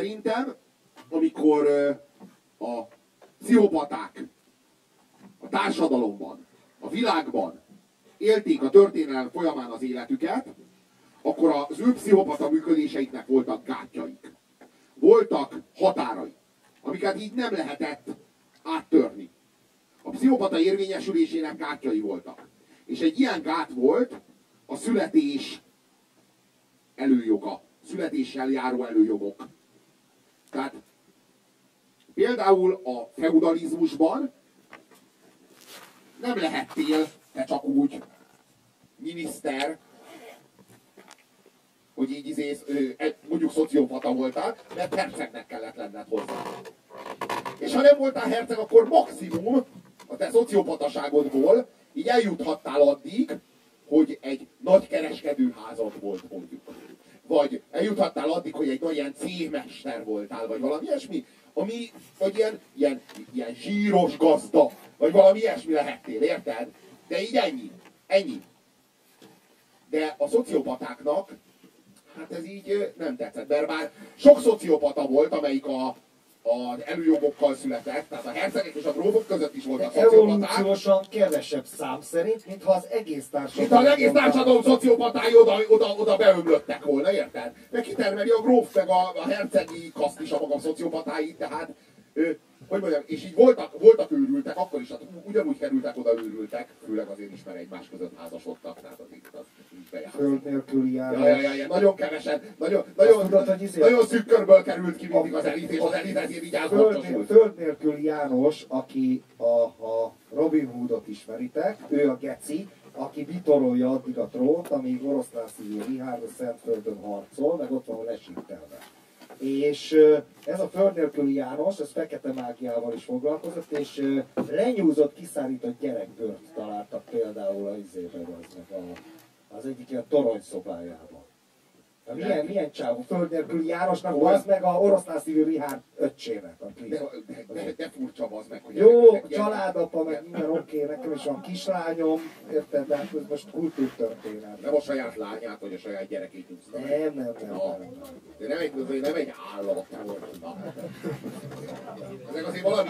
Szerintem, amikor a pszichopaták a társadalomban, a világban élték a történelem folyamán az életüket, akkor az ő pszichopata működéseiknek voltak gátjaik. Voltak határai, amiket így nem lehetett áttörni. A pszichopata érvényesülésének gátjai voltak. És egy ilyen gát volt a születés előjoga, születéssel járó előjogok. Tehát például a feudalizmusban nem lehettél te csak úgy miniszter, hogy így mondjuk szociopata voltál, mert hercegnek kellett lenned hozzá. És ha nem voltál herceg, akkor maximum a te szociopataságodból így eljuthattál addig, hogy egy nagy kereskedőházad volt mondjuk. Vagy eljuthattál addig, hogy egy nagy ilyen cégmester voltál, vagy valami ilyesmi, ami, vagy ilyen zsíros gazda, vagy valami ilyesmi lehettél, érted? De így ennyi. De a szociopatáknak, hát ez így nem tetszett, mert bár sok szociopata volt, amelyik az előjogokkal született, tehát a hercegek és a grófok között is voltak szociopaták. Evolúciósan kevesebb szám szerint, mintha az egész társadalom... Mintha az egész társadalom szociopatái oda beömlöttek volna, érted? Mert kitermeli a gróf meg a hercegi kaszt is a maga szociopatáit, tehát... hogy mondjam, és így voltak őrültek, akkor is, ugyanúgy kerültek oda őrültek, főleg azért is, mert egymás között házasodtak, tehát az így bejátszik. Föld nélküli járás. Ja, nagyon kevesen, nagyon szűk körből került ki mindig az elit, és az elit ezért így átborcsosult. Föld nélküli János, aki a Robin Hoodot ismeritek, ő a geci, aki bitorolja addig a trónt, amíg oroszlán szívű Richárd a Szentföldön harcol, meg ott van a lesítelve. És ez a föld nélküli János, ez fekete mágiával is foglalkozott, és lenyúzott, kiszárított gyerekbőrt találtak például az egyik ilyen toronyszobájában. Milyen csávó? Föld nélküli Jánosnak, az meg a oroszlán szívű Richárd öccsének. De furcsa az meg, hogy... Jó, családapa, meg minden oké, nekem is van kislányom, érted, de hát ez most kultúrtörténet. Nem a saját lányát, vagy a saját gyerekét nyúzta. Nem. Nem egy állat volt. Ezek azért valami...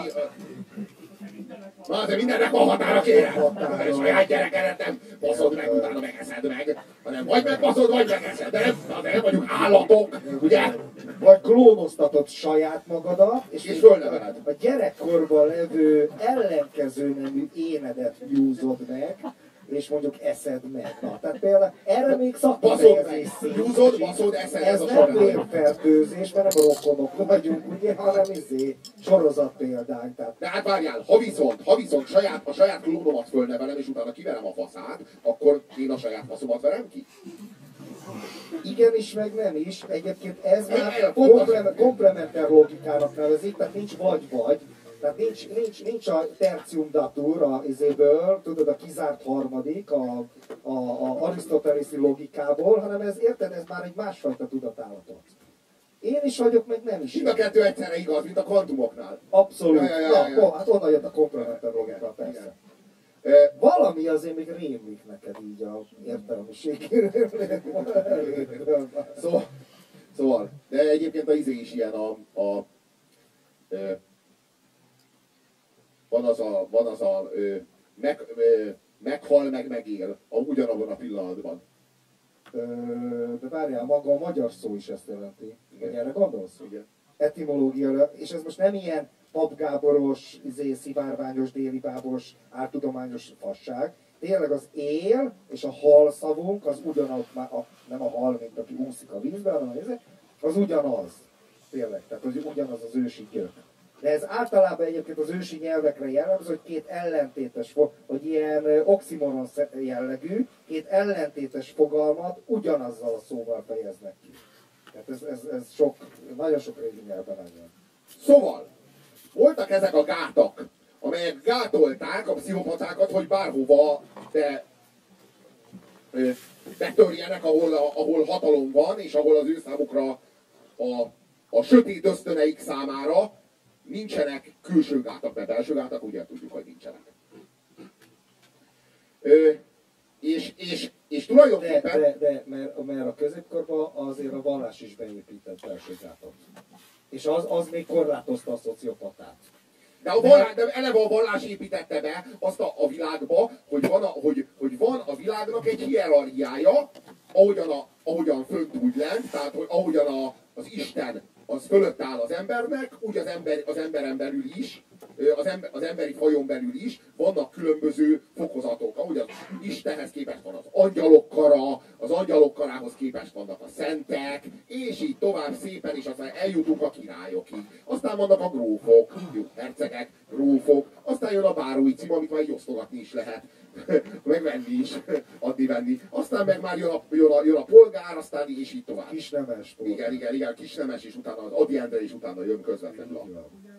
Na azért mindennek van határa, kérem! A saját gyerekedet nem baszod meg, utána megeszed meg, hanem vagy megbaszod, vagy megeszed, de nem vagyunk állatok, ugye? Vagy klónoztatod saját magadat, és fölneveled. A gyerekkorban levő ellenkező nemű énedet nyúzod meg, és mondjuk eszed meg. Na, tehát például erre még szakmaszerzés nyúzod, baszod, eszed. Ez nem vérfertőzés, mert nem rokonok vagyunk, ugye, hanem sorozat példány. Tehát... De hát várjál, ha viszont a saját klónomat fölnevelem, és utána kiverem a faszát, akkor én a saját faszomat verem ki? Igenis, meg nem is. Egyébként ez már komplementer logikának nevezik, tehát nincs vagy-vagy. Tehát nincs a tertium datur a izéből, tudod, a kizárt harmadik, a arisztotelészi logikából, hanem ez, érted, ez már egy másfajta tudatállatot. Én is vagyok, meg nem is. Mind a kettő egyszerre igaz, mint a kvantumoknál. Abszolút. Hát onnan jött a komplementer logika, persze. Valami azért még rémlik neked így a értelmiségéről. Szóval, de egyébként az is ilyen van az a meghal, meg megél ugyanabban a pillanatban. De várjál, maga a magyar szó is ezt jelenti. Vagy erre gondolsz? Igen. Etimológia, és ez most nem ilyen papgáboros, szivárványos, délibábos, áltudományos fasság. Tényleg az él és a hal szavunk, az ugyanaz, nem a hal, mint aki úszik a vízbe, hanem az ugyanaz. Tényleg, tehát az ugyanaz az ősi gyök. De ez általában egyébként az ősi nyelvekre jellemző, hogy két ellentétes, hogy ilyen oximoron jellegű, két ellentétes fogalmat ugyanazzal a szóval fejeznek ki. Tehát ez nagyon sok régi nyelvben van. Szóval, voltak ezek a gátak, amelyek gátolták a pszichopatákat, hogy bárhova betörjenek, ahol hatalom van, és ahol az ő számukra a sötét ösztöneik számára nincsenek külső gátak, mert belső gátak ugye tudjuk, hogy nincsenek. És tulajdonképpen... Mert a középkorban azért a vallás is beépített belső gátot. És az még korlátozta a szociopatát. De eleve a vallás építette be azt a világba, hogy van a világnak egy hierarchiája, ahogyan fönt úgy lent, tehát ahogyan az Isten az fölött áll az embernek, úgy az emberen belül is, az emberi fajon belül is vannak különböző fokozatok, ahogy az Istenhez képest van az angyalok kara, az angyalok karához képest vannak a szentek, és így tovább szépen, és aztán eljutunk a királyokig. Aztán vannak a grófok, jó, hercegek, grófok, aztán jön a bárói cím, amit már így osztogatni is lehet, megvenni is, adni-venni. Aztán meg már jön a polgár, aztán és így tovább. Kisnemes. Igen, kisnemes, és utána az Adi Endre, és utána jön közvetlenül a...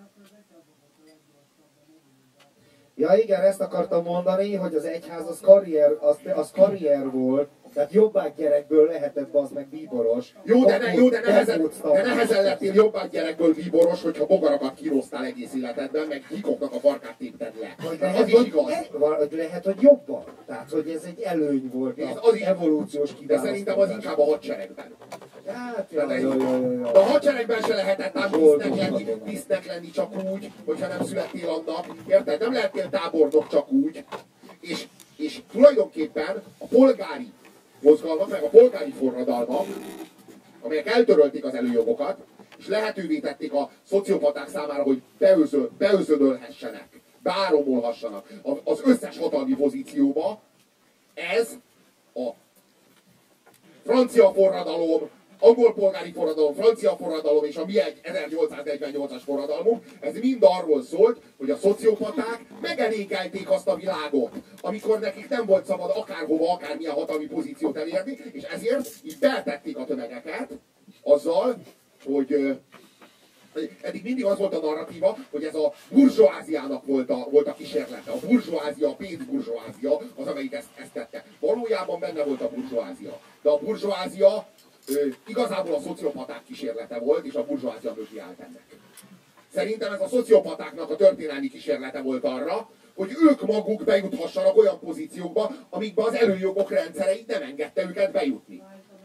Ja igen, ezt akartam mondani, hogy az egyház az karrier volt, tehát jobbák gyerekből lehetett az meg bíboros. De nehezen lettél jobbák gyerekből bíboros, hogyha bogarakat kiroztál egész életedben, meg hikoknak a farkát tépted le. Az is igaz. Lehet, hogy jobban. Tehát, hogy ez egy előny volt az evolúciós kiválasztás. De szerintem az inkább a hadseregben. Hát, de a hadseregben se lehetett ám tisztnek lenni csak úgy, hogyha nem születtél annak. Érted? Nem lehettél tábornok csak úgy. És tulajdonképpen a polgári mozgalmak, meg a polgári forradalmak, amelyek eltörölték az előjogokat, és lehetővé tették a szociopaták számára, hogy beözönölhessenek, beáramolhassanak az összes hatalmi pozícióba. Ez a francia forradalom, angol polgári forradalom, francia forradalom és a mi 1848-as forradalmunk, ez mind arról szólt, hogy a szociopaták megelégelték azt a világot, amikor nekik nem volt szabad akárhova, akármilyen hatalmi pozíciót elérni, és ezért így beltették a tömegeket azzal, hogy eddig mindig az volt a narratíva, hogy ez a burzsóáziának volt a kísérlete. A burzsóázia, a pénzburzsóázia az, amelyik ezt tette. Valójában benne volt a burzsóázia. De a burzsóázia igazából a szociopaták kísérlete volt, és a burzsóázia mögé állt ennek. Szerintem ez a szociopatáknak a történelmi kísérlete volt arra, hogy ők maguk bejuthassanak olyan pozíciókba, amikbe az előjogok rendszereit nem engedte őket bejutni.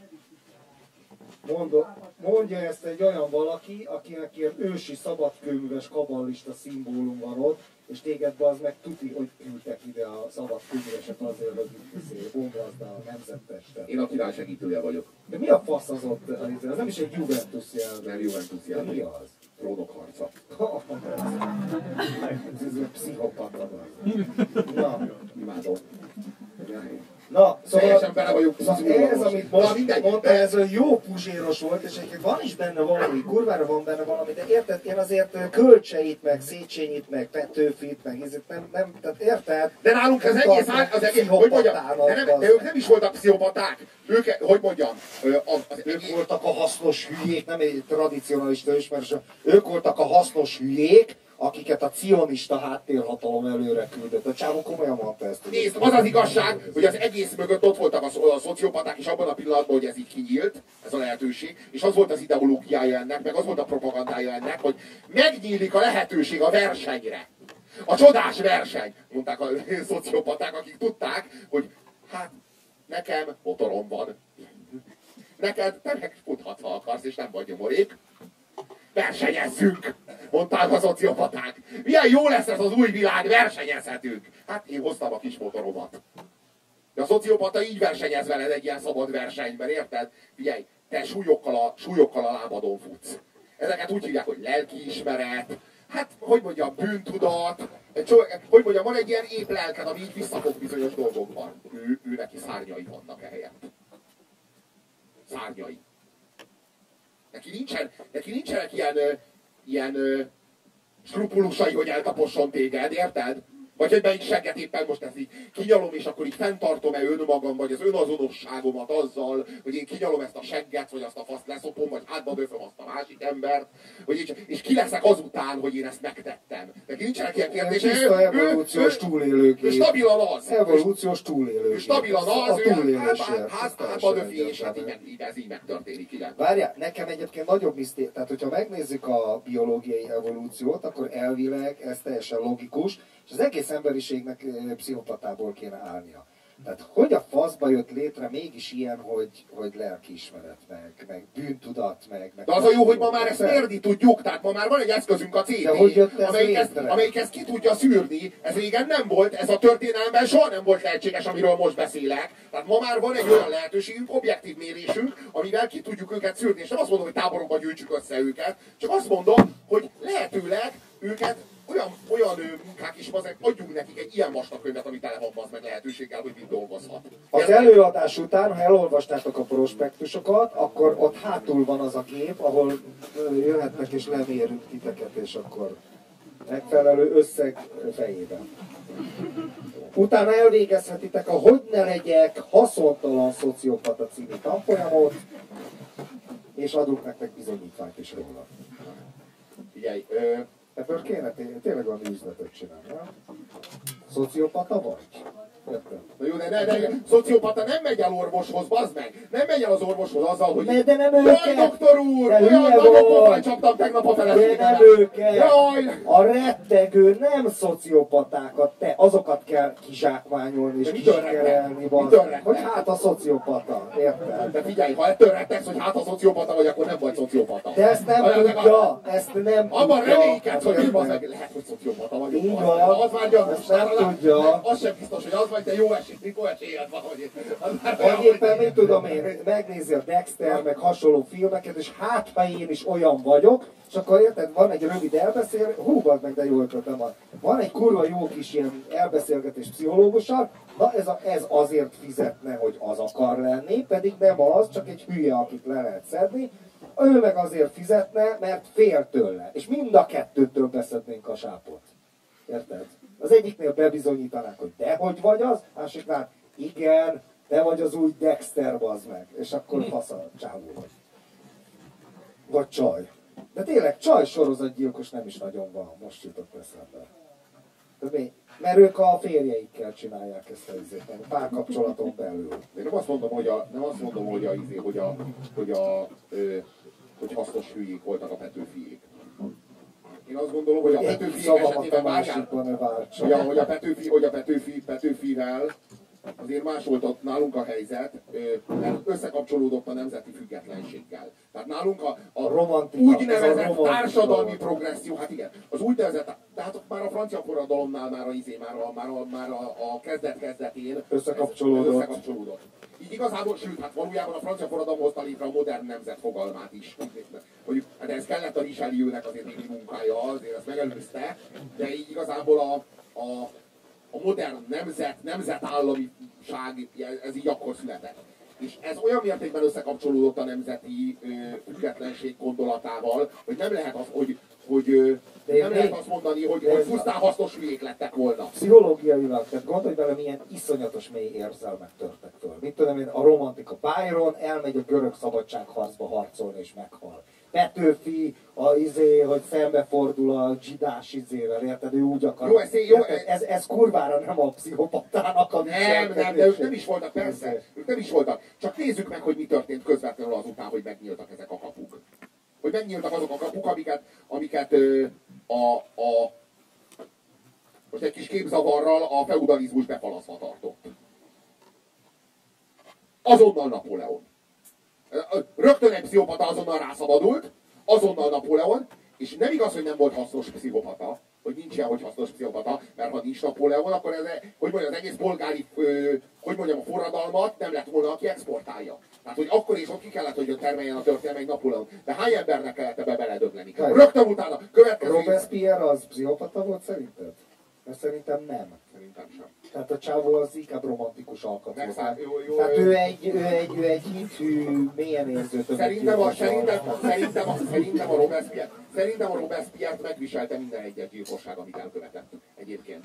Mondja ezt egy olyan valaki, akinek ilyen ősi szabadkőműves kaballista szimbólum van ott, és téged be az meg tuti, hogy küldtek ide a szabadkőműveset azért, hogy bomlaszd a nemzettestet. Én a király segítője vagyok. De mi a fasz az ott? Az nem is egy Juventus jelző. Nem Juventus jelző. De mi az? Trónok harca. Ez egy pszichopata. Na, imádom. Na, szóval bele vagyok ez, amit most mondta, ez jó puzséros volt, és egyébként van is benne valami, kurvára van benne valami, de érted, én azért Kölcseit, meg Széchenyit, meg Petőfit, meg ezért nem, tehát érted? De nálunk az egész, hogy mondjam, de ők nem is voltak pszichopaták. Ők, hogy mondjam, ők voltak a hasznos hülyék, nem egy tradicionalista ismerős, ők voltak a hasznos hülyék, akiket a cionista háttérhatalom előre küldött. A csávó komolyan mondta ezt. Nézd, az az igazság, hogy az egész mögött ott voltak a szociopaták, és abban a pillanatban, hogy ez így kinyílt, ez a lehetőség, és az volt az ideológiája ennek, meg az volt a propagandája ennek, hogy megnyílik a lehetőség a versenyre. A csodás verseny, mondták a szociopaták, akik tudták, hogy hát nekem motorom van. Neked te megfuthatsz, ha akarsz, és nem vagy nyomorék. Versenyezzünk, mondták a szociopaták. Milyen jó lesz ez az új világ, versenyezhetünk. Hát én hoztam a kis motoromat. De a szociopata így versenyez veled egy ilyen szabad versenyben, érted? Figyelj, te súlyokkal a lábadon futsz. Ezeket úgy hívják, hogy lelkiismeret, hát, hogy mondjam, bűntudat, hogy mondjam, van egy ilyen épp lelked, ami így visszafog bizonyos dolgokban. Ő neki szárnyai vannak ehelyett. Szárnyai. Neki nincsenek ilyen skrupulusai, hogy eltaposson téged, érted? Vagy hogy melyik segget éppen most ezt így kinyalom, és akkor így fenntartom-e önmagam, vagy az önazonosságomat azzal, hogy én kinyalom ezt a segget, vagy azt a faszt leszopom, vagy hátba döföm azt a másik embert, és ki leszek azután, hogy én ezt megtettem. Neki nincsenek ilyen kérdések. Tiszta evolúciós túlélők. Ő stabilan az. Evolúciós túlélők. Ő stabilan az, a túlélésért. hátba döfi, és hát ez így megtörténik, igen. Várjál, nekem egyébként nagyobb miszték, tehát hogyha megnézzük a biológiai evolúciót, akkor elvileg ez teljesen logikus, és az egész emberiségnek pszichopatából kéne állnia. Tehát hogy a faszba jött létre mégis ilyen, hogy lelkiismeret, meg bűntudat, meg... De az a jó, hogy ma már ezt mérni tudjuk, tehát ma már van egy eszközünk, a CD, amelyik ezt ki tudja szűrni. Ez régen nem volt, ez a történelemben soha nem volt lehetséges, amiről most beszélek. Tehát ma már van egy olyan lehetőségünk, objektív mérésünk, amivel ki tudjuk őket szűrni. És nem azt mondom, hogy táborokba gyűjtsük össze őket, csak azt mondom, hogy lehetőleg őket olyan munkák is, azek adjunk nekik egy ilyen vastag könyvet, ami tele van meg lehetőséggel, hogy mit dolgozhat. Az előadás után, ha elolvastátok a prospektusokat, akkor ott hátul van az a gép, ahol jöhetnek és lemérünk titeket, és akkor megfelelő összeg fejében. Utána elvégezhetitek a Hogy ne legyek haszontalan szociopata című tanfolyamot, és adunk nektek bizonyítványt is róla. Figyelj, ebből kéne tényleg valami üzletet csinálni, nem? Szociopata vagy? Értem. Na jó, de szociopata nem megy el orvoshoz, bazd meg! Nem megy el az orvoshoz azzal, hogy... De nem őket! Jaj, doktor úr! Olyan nagyon pofán csaptam tegnap a feleségemet! De nem őket! Jaj! A rettegő nem szociopatákat, te azokat kell kizsákmányolni és kizsikerelni, hogy hát a szociopata, érted? De figyelj, ha ettől rettegsz, hogy hát a szociopata vagy, akkor nem vagy szociopata. De ezt nem tudja, ezt nem tudja. Abban reménykedsz, hogy én bazeg, lehet, hogy szociopata vagyok. Így van, az már gyanús. ezt nem tudja. Az sem biztos, hogy az vagy, de jó esély, mikor esélyed van, hogy... Vagy éppen, mit tudom én, megnézi a Dexter, meg hasonló filmeket, és hát, ha én is olyan vagyok, és akkor érted, van egy rövid elbeszélgetés, hú, meg, de jó ötletem van. Van egy kurva jó kis ilyen elbeszélgetés pszichológussal, na ez azért fizetne, hogy az akar lenni, pedig nem az, csak egy hülye, akit le lehet szedni. Ő meg azért fizetne, mert fél tőle. És mind a kettőtől beszednénk a sápot. Érted? Az egyiknél bebizonyítanák, hogy dehogy vagy az, másiknál igen, te vagy az új Dexter, bazd meg. És akkor fasz a csávó vagy. Vagy csaj. De tényleg csaj sorozatgyilkos nem is nagyon van, most jutott eszembe. De mi? Mert ők a férjeikkel csinálják ezt a izét, a párkapcsolaton belül. Én nem azt mondom, hogy hasznos hülyék voltak a Petőfiék. Én azt gondolom, hogy a Petőfiék esetében hogy a Petőfivel azért más volt ott nálunk a helyzet, mert összekapcsolódott a nemzeti függetlenséggel. Tehát nálunk a úgynevezett társadalmi progresszió, hát igen, az úgynevezett, tehát már a francia forradalomnál már a kezdet-kezdetén összekapcsolódott. Így igazából, sőt, hát valójában a francia forradalom hozta létre a modern nemzet fogalmát is. Mondjuk, hát ez kellett a Richelieu-nek azért némi munkája, azért ezt megelőzte, de így igazából a modern nemzetállamiság, ez így akkor született. És ez olyan mértékben összekapcsolódott a nemzeti függetlenség gondolatával, hogy nem lehet azt mondani, hogy pusztán hasznos hülyék lettek volna. Pszichológiailag, tehát gondolj bele, milyen iszonyatos mély érzelmek törtek föl. Mit tudom én, a romantika Byron elmegy a görög szabadságharcba harcolni és meghal. Petőfi, hogy szembefordul a zsidás izével, érted? Ő úgy akar. Ez kurvára nem a pszichopatának a Nem, de ők nem is voltak, persze. Ők nem is voltak. Csak nézzük meg, hogy mi történt közvetlenül azután, hogy megnyíltak ezek a kapuk. Hogy megnyíltak azok a kapuk, amiket most egy kis képzavarral a feudalizmus befalazva tartott. Azonnal Napóleon. Rögtön egy pszichopata azonnal rászabadult, azonnal Napóleon, és nem igaz, hogy nem volt hasznos pszichopata, hogy nincs ilyen, hogy hasznos pszichopata, mert ha nincs Napóleon, akkor az egész polgári, a forradalmat nem lett volna, aki exportálja. Tehát, hogy akkor is ott ki kellett, hogy termeljen a történelme egy Napóleon. De hány embernek kellett ebbe beledögleni? Rögtön utána, következő... Robespierre az pszichopata volt szerinted? Mert szerintem nem. Szerintem sem. Tehát a csávó az inkább romantikus alkat volt. Tehát ő egy hithű, mélyen érző Szerintem a Robespierre-t megviselte minden egyes gyilkosság, amit elkövetett egyébként.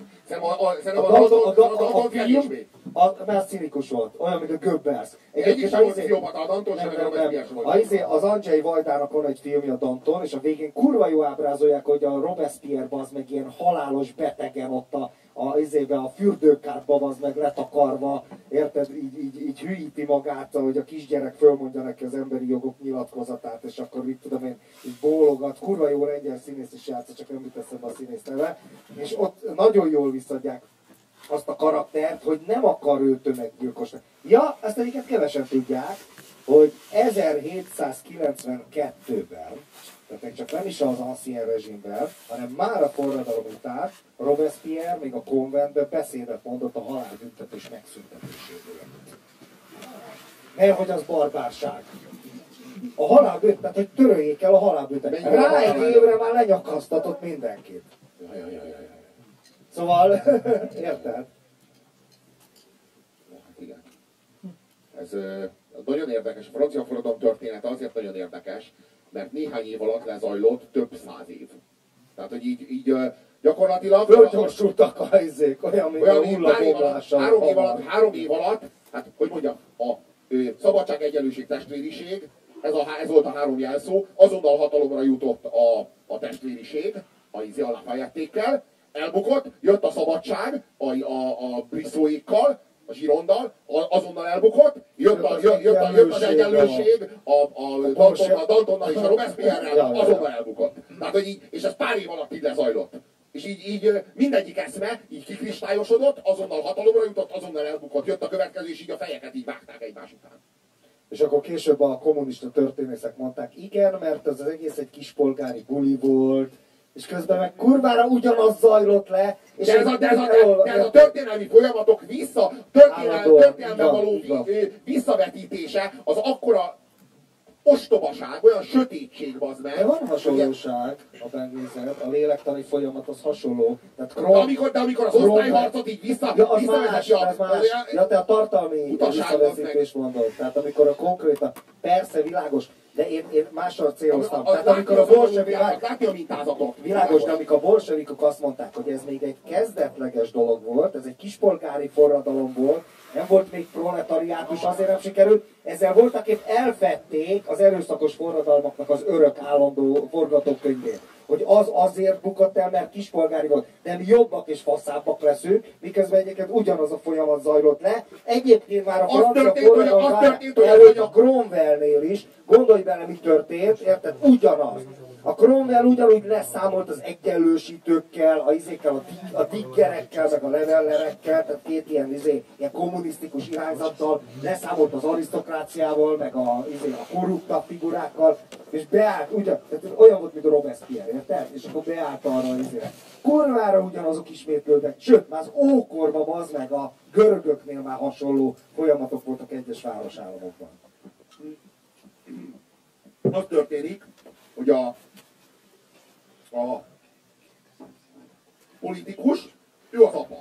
Mert színikus volt, olyan, mint a Goebbels. Egyik sem volt pszichopata, a Danton sem, meg a Robespierre sem volt. Az Andrzej Vajdának van egy filmje, a Danton, és a végén kurva jó ábrázolják, hogy a Robespierre az meg ilyen halálos betegen ott a fürdőkádban az meg letakarva, érted, így hülyíti magát, hogy a kisgyerek fölmondja neki az emberi jogok nyilatkozatát, és akkor mit tudom én, így bólogat, kurva jó lengyel színész is játsza, csak nem jut eszembe a színész neve, és ott nagyon jól visszadják. azt a karaktert, hogy nem akar ő tömeggyilkosnak. Ja, azt egyiket kevesen tudják, hogy 1792-ben, tehát csak nem is az ancien rezsimben, hanem már a forradalom után Robespierre még a konventben beszédet mondott a halálbüntetés megszüntetéséről. Mert hogy az barbárság. A halálbüntetés, tehát hogy töröljék el a halálbüntetést. Rá egy évre már lenyakasztatott mindenkit. Szóval, érted? Igen. Ez nagyon érdekes. A francia forradalom története azért nagyon érdekes, mert néhány év alatt lezajlott több száz év. Tehát, hogy így gyakorlatilag... Fölgyorsultak a izék, olyan, mint a hullabomlással. 3 év alatt, hát hogy mondjam, a szabadság, egyenlőség, testvériség, ez volt a 3 jelszó, azonnal hatalomra jutott a testvériség, a Lafayette-ékkel, elbukott, jött a szabadság, a Brissot-ékkal, a Girondal, azonnal elbukott, jött az egyenlőség, a Dantonnal és a Robespierrel, azonnal elbukott. Tehát, hogy így, és ez pár év alatt így lezajlott. És így mindegyik eszme így kikristályosodott, azonnal hatalomra jutott, azonnal elbukott, jött a következő, és így a fejeket így vágták egymás után. És akkor később a kommunista történészek mondták, igen, mert az egész egy kispolgári buli volt, és közben meg kurvára ugyanaz zajlott le. És de ez a történelmi folyamatok történelme való visszavetítése az akkora ostobaság, olyan sötétség, bazd meg. De van hasonlóság, ha megnézed, a lélektani folyamat az hasonló. Tehát de amikor az osztályharcot így visszavezeti Ja, te a tartalmi visszavezetést mondod. Tehát amikor a konkrétan, persze világos, de én mással céloztam. Tehát amikor a bolsevikok azt mondták, hogy ez még egy kezdetleges dolog volt, ez egy kispolgári forradalom volt, nem volt még proletariátus, azért nem sikerült. Ezzel voltak épp elfedték az erőszakos forradalmaknak az örök állandó forgatókönyvét. Hogy az azért bukott el, mert kispolgári volt. Nem jobbak és faszábbak leszünk, miközben egyébként ugyanaz a folyamat zajlott le. Egyébként már a francia forradalom előtt a Cromwellnél is, gondolj bele, mi történt, érted? Ugyanaz. A Cromwell ugyanúgy leszámolt az egyenlősítőkkel, a diggerekkel, meg a levellerekkel, tehát két ilyen kommunisztikus irányzattal, leszámolt az arisztokráciával, meg a korruptabb figurákkal, és beállt, tehát olyan volt, mint a Robespierre, érted? És akkor beállt arra az izére. Kurvára ugyanazok ismétlődnek, sőt, már az ókorban az meg a görögöknél már hasonló folyamatok voltak egyes városállamokban. Az történik, hogy a politikus, ő az apa.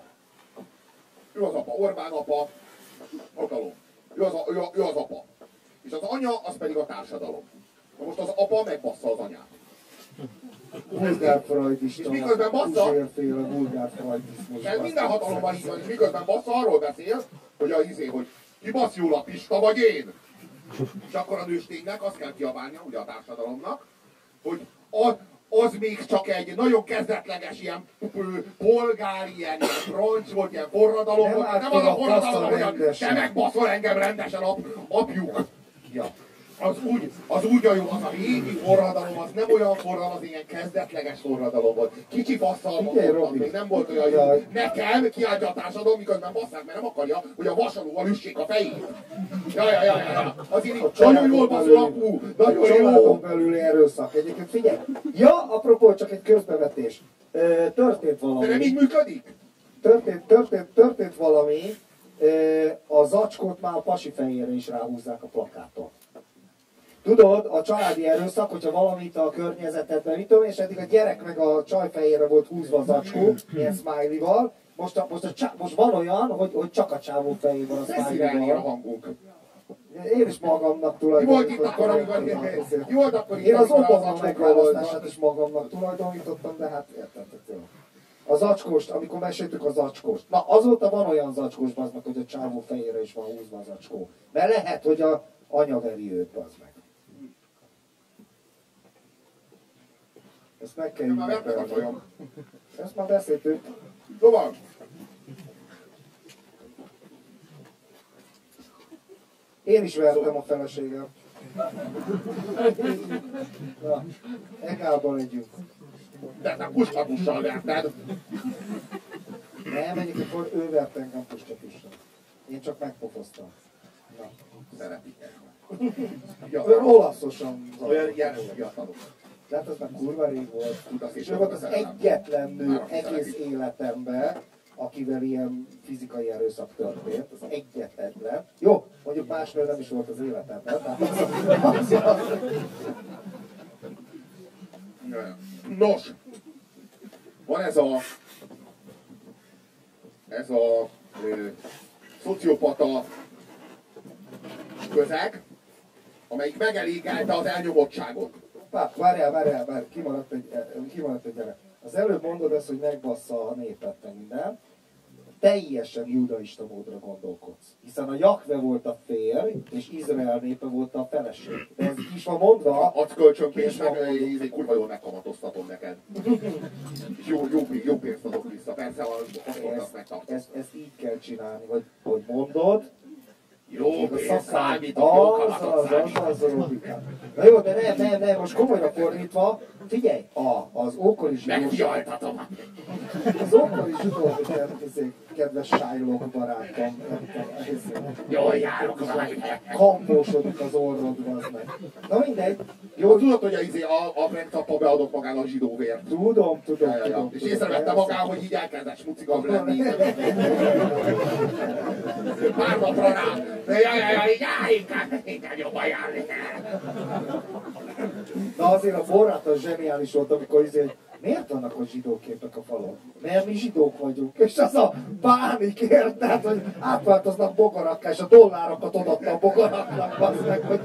Orbán apa, hatalom. Ő az apa. És az anya, az pedig a társadalom. Na most az apa megbassza az anyát. Vulgárfreudista. És miközben bassza, vulgárfreudizmus. minden hatalomban így van, és miközben bassza, arról beszél, hogy hogy ki basz jól, a Pista vagy én? És akkor a nősténynek azt kell kiabálnia, ugye a társadalomnak, hogy az még csak egy nagyon kezdetleges ilyen polgári, ilyen roncs volt, ilyen forradalom volt. Nem az a forradalom, hogy te megbaszol engem rendesen, apjuk. Ja. Az úgy a jó, az a régi forradalom, az nem olyan forradalom, az ilyen kezdetleges forradalom volt. Kicsi basszalmak voltak, még nem volt olyan jó. Nekem kiállja a társadalom, miközben basszák, mert nem akarja, hogy a vasalóval üssék a fejét. Ja. Azért így nagyon jól baszol, apu, nagyon jó. Családon belüli erőszak. Egyébként figyelj. Ja, apropó, csak egy közbevetés. Történt valami. De nem így működik? Történt valami. A zacskót már a pasi fejére is ráhúzzák a plakáton. Tudod, a családi erőszak, hogyha valamit a környezetedben, mit tudom, és eddig a gyerek meg a csaj fejére volt húzva a zacskó, ilyen smiley-val, most van olyan, hogy csak a csávó fején van a smiley-val. A hangunk. Én is magamnak tulajdonítottam. Én az Obama megválasztását is magamnak tulajdonítottam, de hát értettek. A zacskóst, amikor meséltük a zacskóst. Na azóta van olyan zacskós, bazd meg, hogy a csávó fejére is van húzva a zacskó. Mert lehet, hogy a anya veri őt, bazd meg. Ezt meg kell ünnepelni. Ezt már beszéltük. Szóval. Én is vertem a feleségem. Na, Egálban legyünk. De te puskabussal verted. Nem, egyébként akkor ő vert engem pusztatusan. Én csak megpofoztam. Na. Szeretik. Ő olaszosan Olyan ilyen fiatalok. de hát az már kurva rég volt. Tudod, És ő volt az egyetlen nő Már egész szeretik. életemben, akivel ilyen fizikai erőszak történt. Az egyetlen. Jó, mondjuk más nő nem is volt az életemben. Tehát Nos, van ez a szociopata közeg, amelyik megelégelte az elnyomottságot. Várjál, kimaradt egy gyerek. Az előbb mondod ezt, hogy megbassza a népet, te minden. Teljesen judaista módra gondolkodsz. Hiszen a Jakve volt a férj, és Izrael népe volt a feleség. De ez is van mondva. Adsz kölcsönpénzt, meg kurva jól megkamatoztatom neked. És jó pénzt adok vissza, persze, ha azt megtartom. Ezt így kell csinálni, hogy mondod. Jó pénz számítok, jó kamatot számítok. Na jó, de nem, most komolyra fordítva, figyelj, az ókori zsidóság... Megfialtatom. Az ókori zsidóság, kedves Shylock barátom, Jól járok majd. kampósodik az orrod, az meg. Na mindegy, jó, Tudod, hogy a Frank beadott magának zsidóvért. tudom. És észrevette magán, hogy így elkezdett smucigabb lenni. Pár napra rá. Inkább jobban járni. Na azért a forrát az zseniális volt, amikor miért vannak ott zsidóképek a falon? Mert mi zsidók vagyunk. És az a bánik érted, hogy átváltoznak bogarakká, és a dollárokat odaadta a bogaraknak, az meg, hogy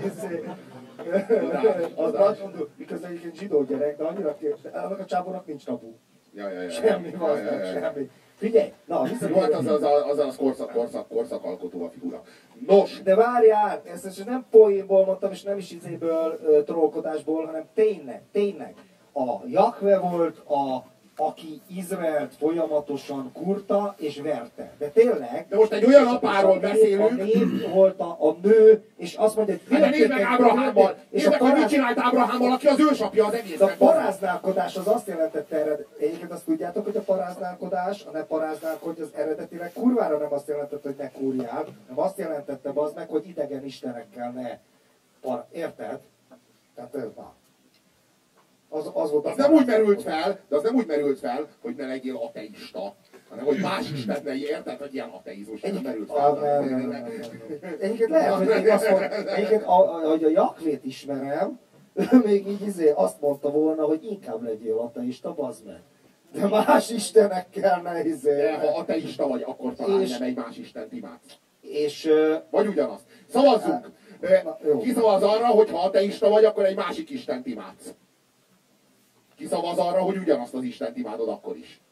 az nagyon durva, miközben egyébként zsidó gyerek, de annyira annak a csábónak nincs tabu. Semmi van, semmi. Figyelj, na, Volt az korszakalkotó a figura. Nos! De várjál, ezt nem poénból mondtam, és nem is trollkodásból, hanem tényleg. A Jakve volt aki Izraelt folyamatosan kurta és verte. De tényleg... De most egy olyan apáról beszélünk... A nép volt a nő, és azt mondja, hogy... Hát de nézd meg Ábrahámmal! Nézd meg, hogy mit csinált Ábrahámmal, aki az ősapja az egésznek. A paráználkodás az azt jelentette egyébként azt tudjátok, hogy a paráználkodás, a ne paráználkodj, az eredetileg kurvára nem azt jelentette, hogy ne kurjál, hanem azt jelentette az meg, hogy idegen istenekkel ne... Érted? Tehát ez már. Az volt az nem úgy merült fel, hogy ne legyél ateista, hanem hogy más Isten ne érted, hogy ilyen ateizmus nem merült fel. Egyébként lehet, hogy még azt mondta, hogy a Jakvét ismerem, még így azt mondta volna, hogy inkább legyél ateista, bazd meg. De más istenekkel ne De ha ateista vagy, akkor talán nem egy más Istent imádsz. Vagy ugyanazt. Szavazzunk! Ki szavaz arra, hogy ha ateista vagy, akkor egy másik Istent imádsz? Ki szavaz arra, hogy ugyanazt az Istent imádod akkor is?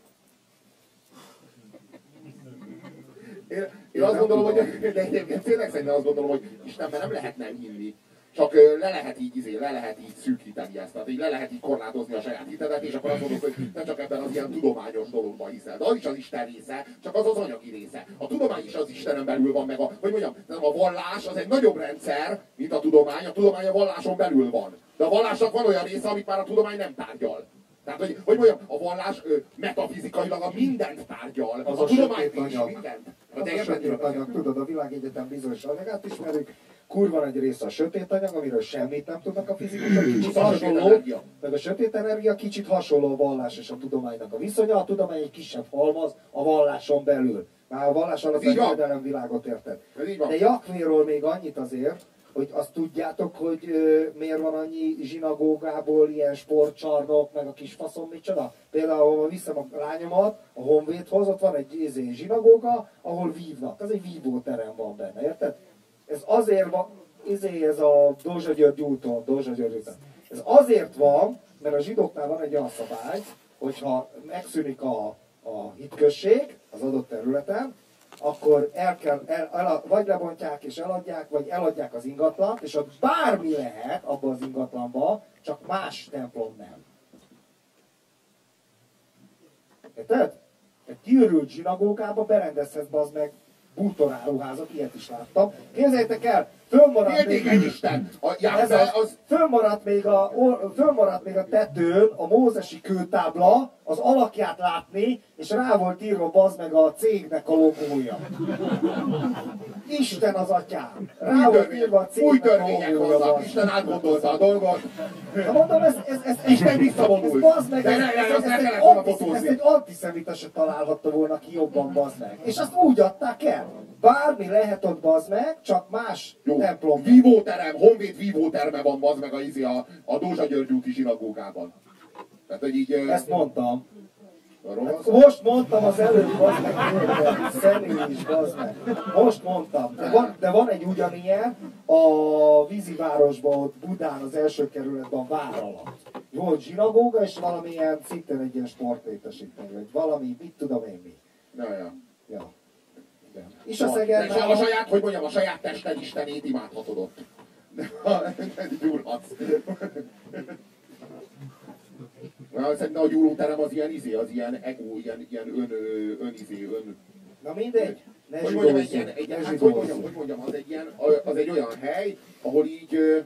Én azt gondolom, hogy én tényleg szerintem azt gondolom, hogy Istenben nem lehet nem hinni. Csak le lehet így szűkíteni ezt, tehát így le lehet így korlátozni a saját hitedet, és akkor azt mondod, hogy nem csak ebben az ilyen tudományos dologban hiszel, de az is az Isten része, csak az az anyagi része. A tudomány is az Istenen belül van, meg a vallás az egy nagyobb rendszer, mint a tudomány a valláson belül van. De a vallásnak van olyan része, amit már a tudomány nem tárgyal. Tehát, hogy mondjam, a vallás metafizikailag a mindent tárgyal, az a tudomány is mindent. Az a sötét anyag, tudod, a világegyetem bizonyos anyagát ismerjük, kurva nagy része a sötét anyag, amiről semmit nem tudnak a fizikusok, kicsit hasonló, meg a sötét energia kicsit hasonló a vallás és a tudománynak a viszonya, a tudomány egy kisebb halmaz a valláson belül. Már a vallás alatt a jövedelem világot érted. De Jakvéról még annyit azért, hogy azt tudjátok, hogy miért van annyi zsinagógából ilyen sportcsarnok, meg a kis faszom micsoda? Például, ha viszem a lányomat a Honvédhoz, ott van egy zsinagóga, ahol vívnak. Ez egy vívóterem van benne, érted? Ez azért van, ez a Dózsa György úton, Ez azért van, mert a zsidóknál van egy olyan szabály, hogyha megszűnik a hitközség az adott területen, akkor vagy lebontják és eladják, vagy eladják az ingatlant, és ott bármi lehet abban az ingatlanban, csak más templom nem. Érted? Egy kiürült zsinagógába berendezhetsz az meg bútoráruházat, ilyet is láttam. Képzeljétek el, Féltékeny Isten! Fölmaradt még a tetőn a mózesi kőtábla, az alakját látni, és rá volt írva bazd meg a cégnek a logója. Isten az atyám! Rá volt írva a új cégnek a törvények logója. vannak, Isten átgondolta a dolgot. Na mondom, Isten visszavonult. bazd meg, De azt le kellett volna fotózni. ezt egy antiszemita se találhatta volna ki jobban, bazd meg. És azt úgy adták el. Bármi lehet ott, bazd meg, csak más templom. Vívóterem, Honvéd vívóterme van, bazd meg a Dózsa György úti zsinagógában. Tehát, hogy így... Ezt mondtam. Hát most mondtam az előbb, bazd meg, személy is, bazd meg. Most mondtam. De van egy ugyanilyen a vízivárosban, ott Budán, az első kerületben, vár alatt. Volt zsinagóga, és valamilyen szintén egy ilyen sportlétesítmény, vagy valami, mit tudom én mi. Ja. És a Szeged a saját, hogy mondjam, a saját tested istenét imádhatod ott. Gyúrhatsz. Szerintem a gyúróterem az ilyen az ilyen ego, ilyen ön. Na mindegy. Hogy mondjam, az egy olyan hely, ahol így,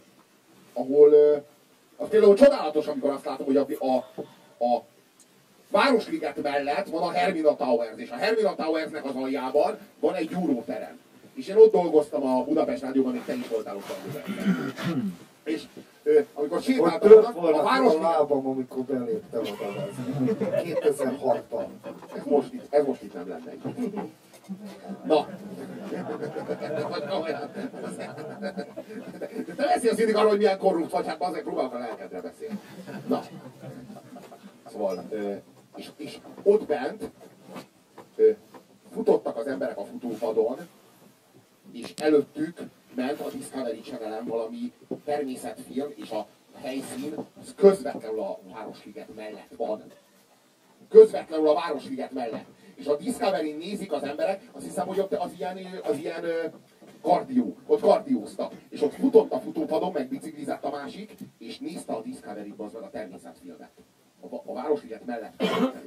az például csodálatos, amikor azt látom, hogy a Városliget mellett van a Hermina Towers, és a Hermina Towersnek az aljában van egy gyúróterem. És én ott dolgoztam a Budapest Rádióban, még te is voltál ott a és amikor sétáltam a Városliget... a lábam, amikor beléptem oda, 2006-ban. Ez most itt nem lenne. Na. Te beszélsz mindig arról, hogy milyen korrupt vagy, hát azért próbálok a lelkedre beszélni. Na. Szóval, és ott bent futottak az emberek a futópadon, és előttük ment a Discovery Channel-en valami természetfilm, és a helyszín az közvetlenül a Városliget mellett van. Közvetlenül a Városliget mellett. És a Discovery-n nézik az emberek, azt hiszem, hogy ott az ilyen kardió, ott kardióztak. És ott futott a futópadon, meg biciklizett a másik, és nézte a Discovery-t, az meg a természetfilmet. A Városliget mellett.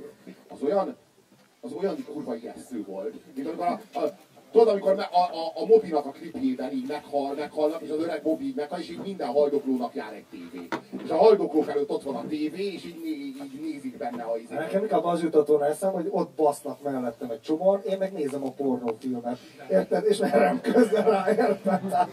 Az olyan kurva ijesztő volt, mint amikor tudod, amikor a Mobinak a klipjében így meghalnak, és az öreg Mobi így meghal, és így minden haldoklónak jár egy tévé. És a haldoklók előtt ott van a tévé, és így nézik benne a izét. Nekem inkább az jutott volna eszem, hogy ott basznak mellettem egy csomóan, én meg nézem a pornófilmet. Érted? És merem közben rá, érted? Tehát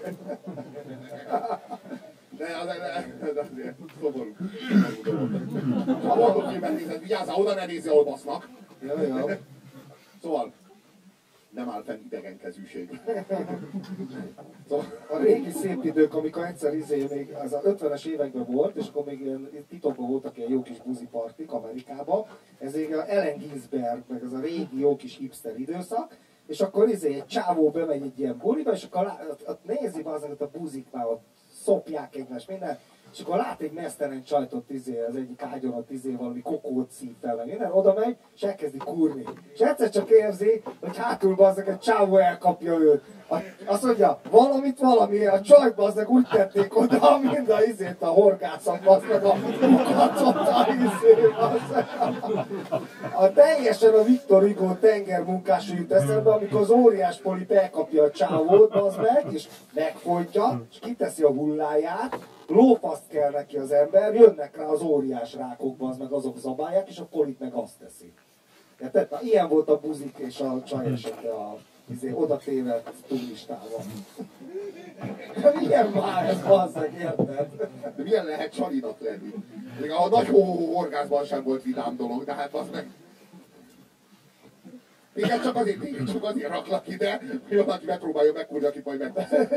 De azért szomorú. Ha a pornófilmet nézed, vigyázzál, oda ne nézzél, ahol basznak. Ja. Szóval nem áll fenn idegenkezűség. A régi szép idők, amikor egyszer még az a 50-es években volt, és akkor még ilyen titokban voltak ilyen jó kis buzipartik Amerikában, ez még a Allen Ginsberg, meg az a régi jó kis hipster időszak, és akkor egy csávó bemegy egy ilyen buliba, és akkor nézi azokat a buzik már ott szopják egymást, minden, és akkor lát egy mesztelen csajtot az egyik ágyon ott valami kokót szív fel, meg minden, oda megy, és elkezdi kurni. És egyszer csak érzi, hogy hátul bazdmeg egy csávó elkapja őt. Azt mondja, valami, a csajt bazdmeg úgy tették oda, mind a horgászat bazdmeg a kacot a teljesen a Victor Hugo tengermunkás jut eszembe, amikor az óriás polip elkapja a csávót bazdmeg, és megfojtja, és kiteszi a hulláját, lófaszt kell neki az ember, jönnek rá az óriás rákok, az meg azok zabálják, és a polip meg azt teszi. Érted? Na, ilyen volt a buzik és a csaj esete a oda tévedt turistával. Milyen már ez, bazzeg, érted? De milyen lehet csalinak lenni? Még a nagy horgászban sem volt vidám dolog, de hát az meg... Téged csak azért raklak ide, hogy valaki megpróbálja megkúrni, akit majd megteszem.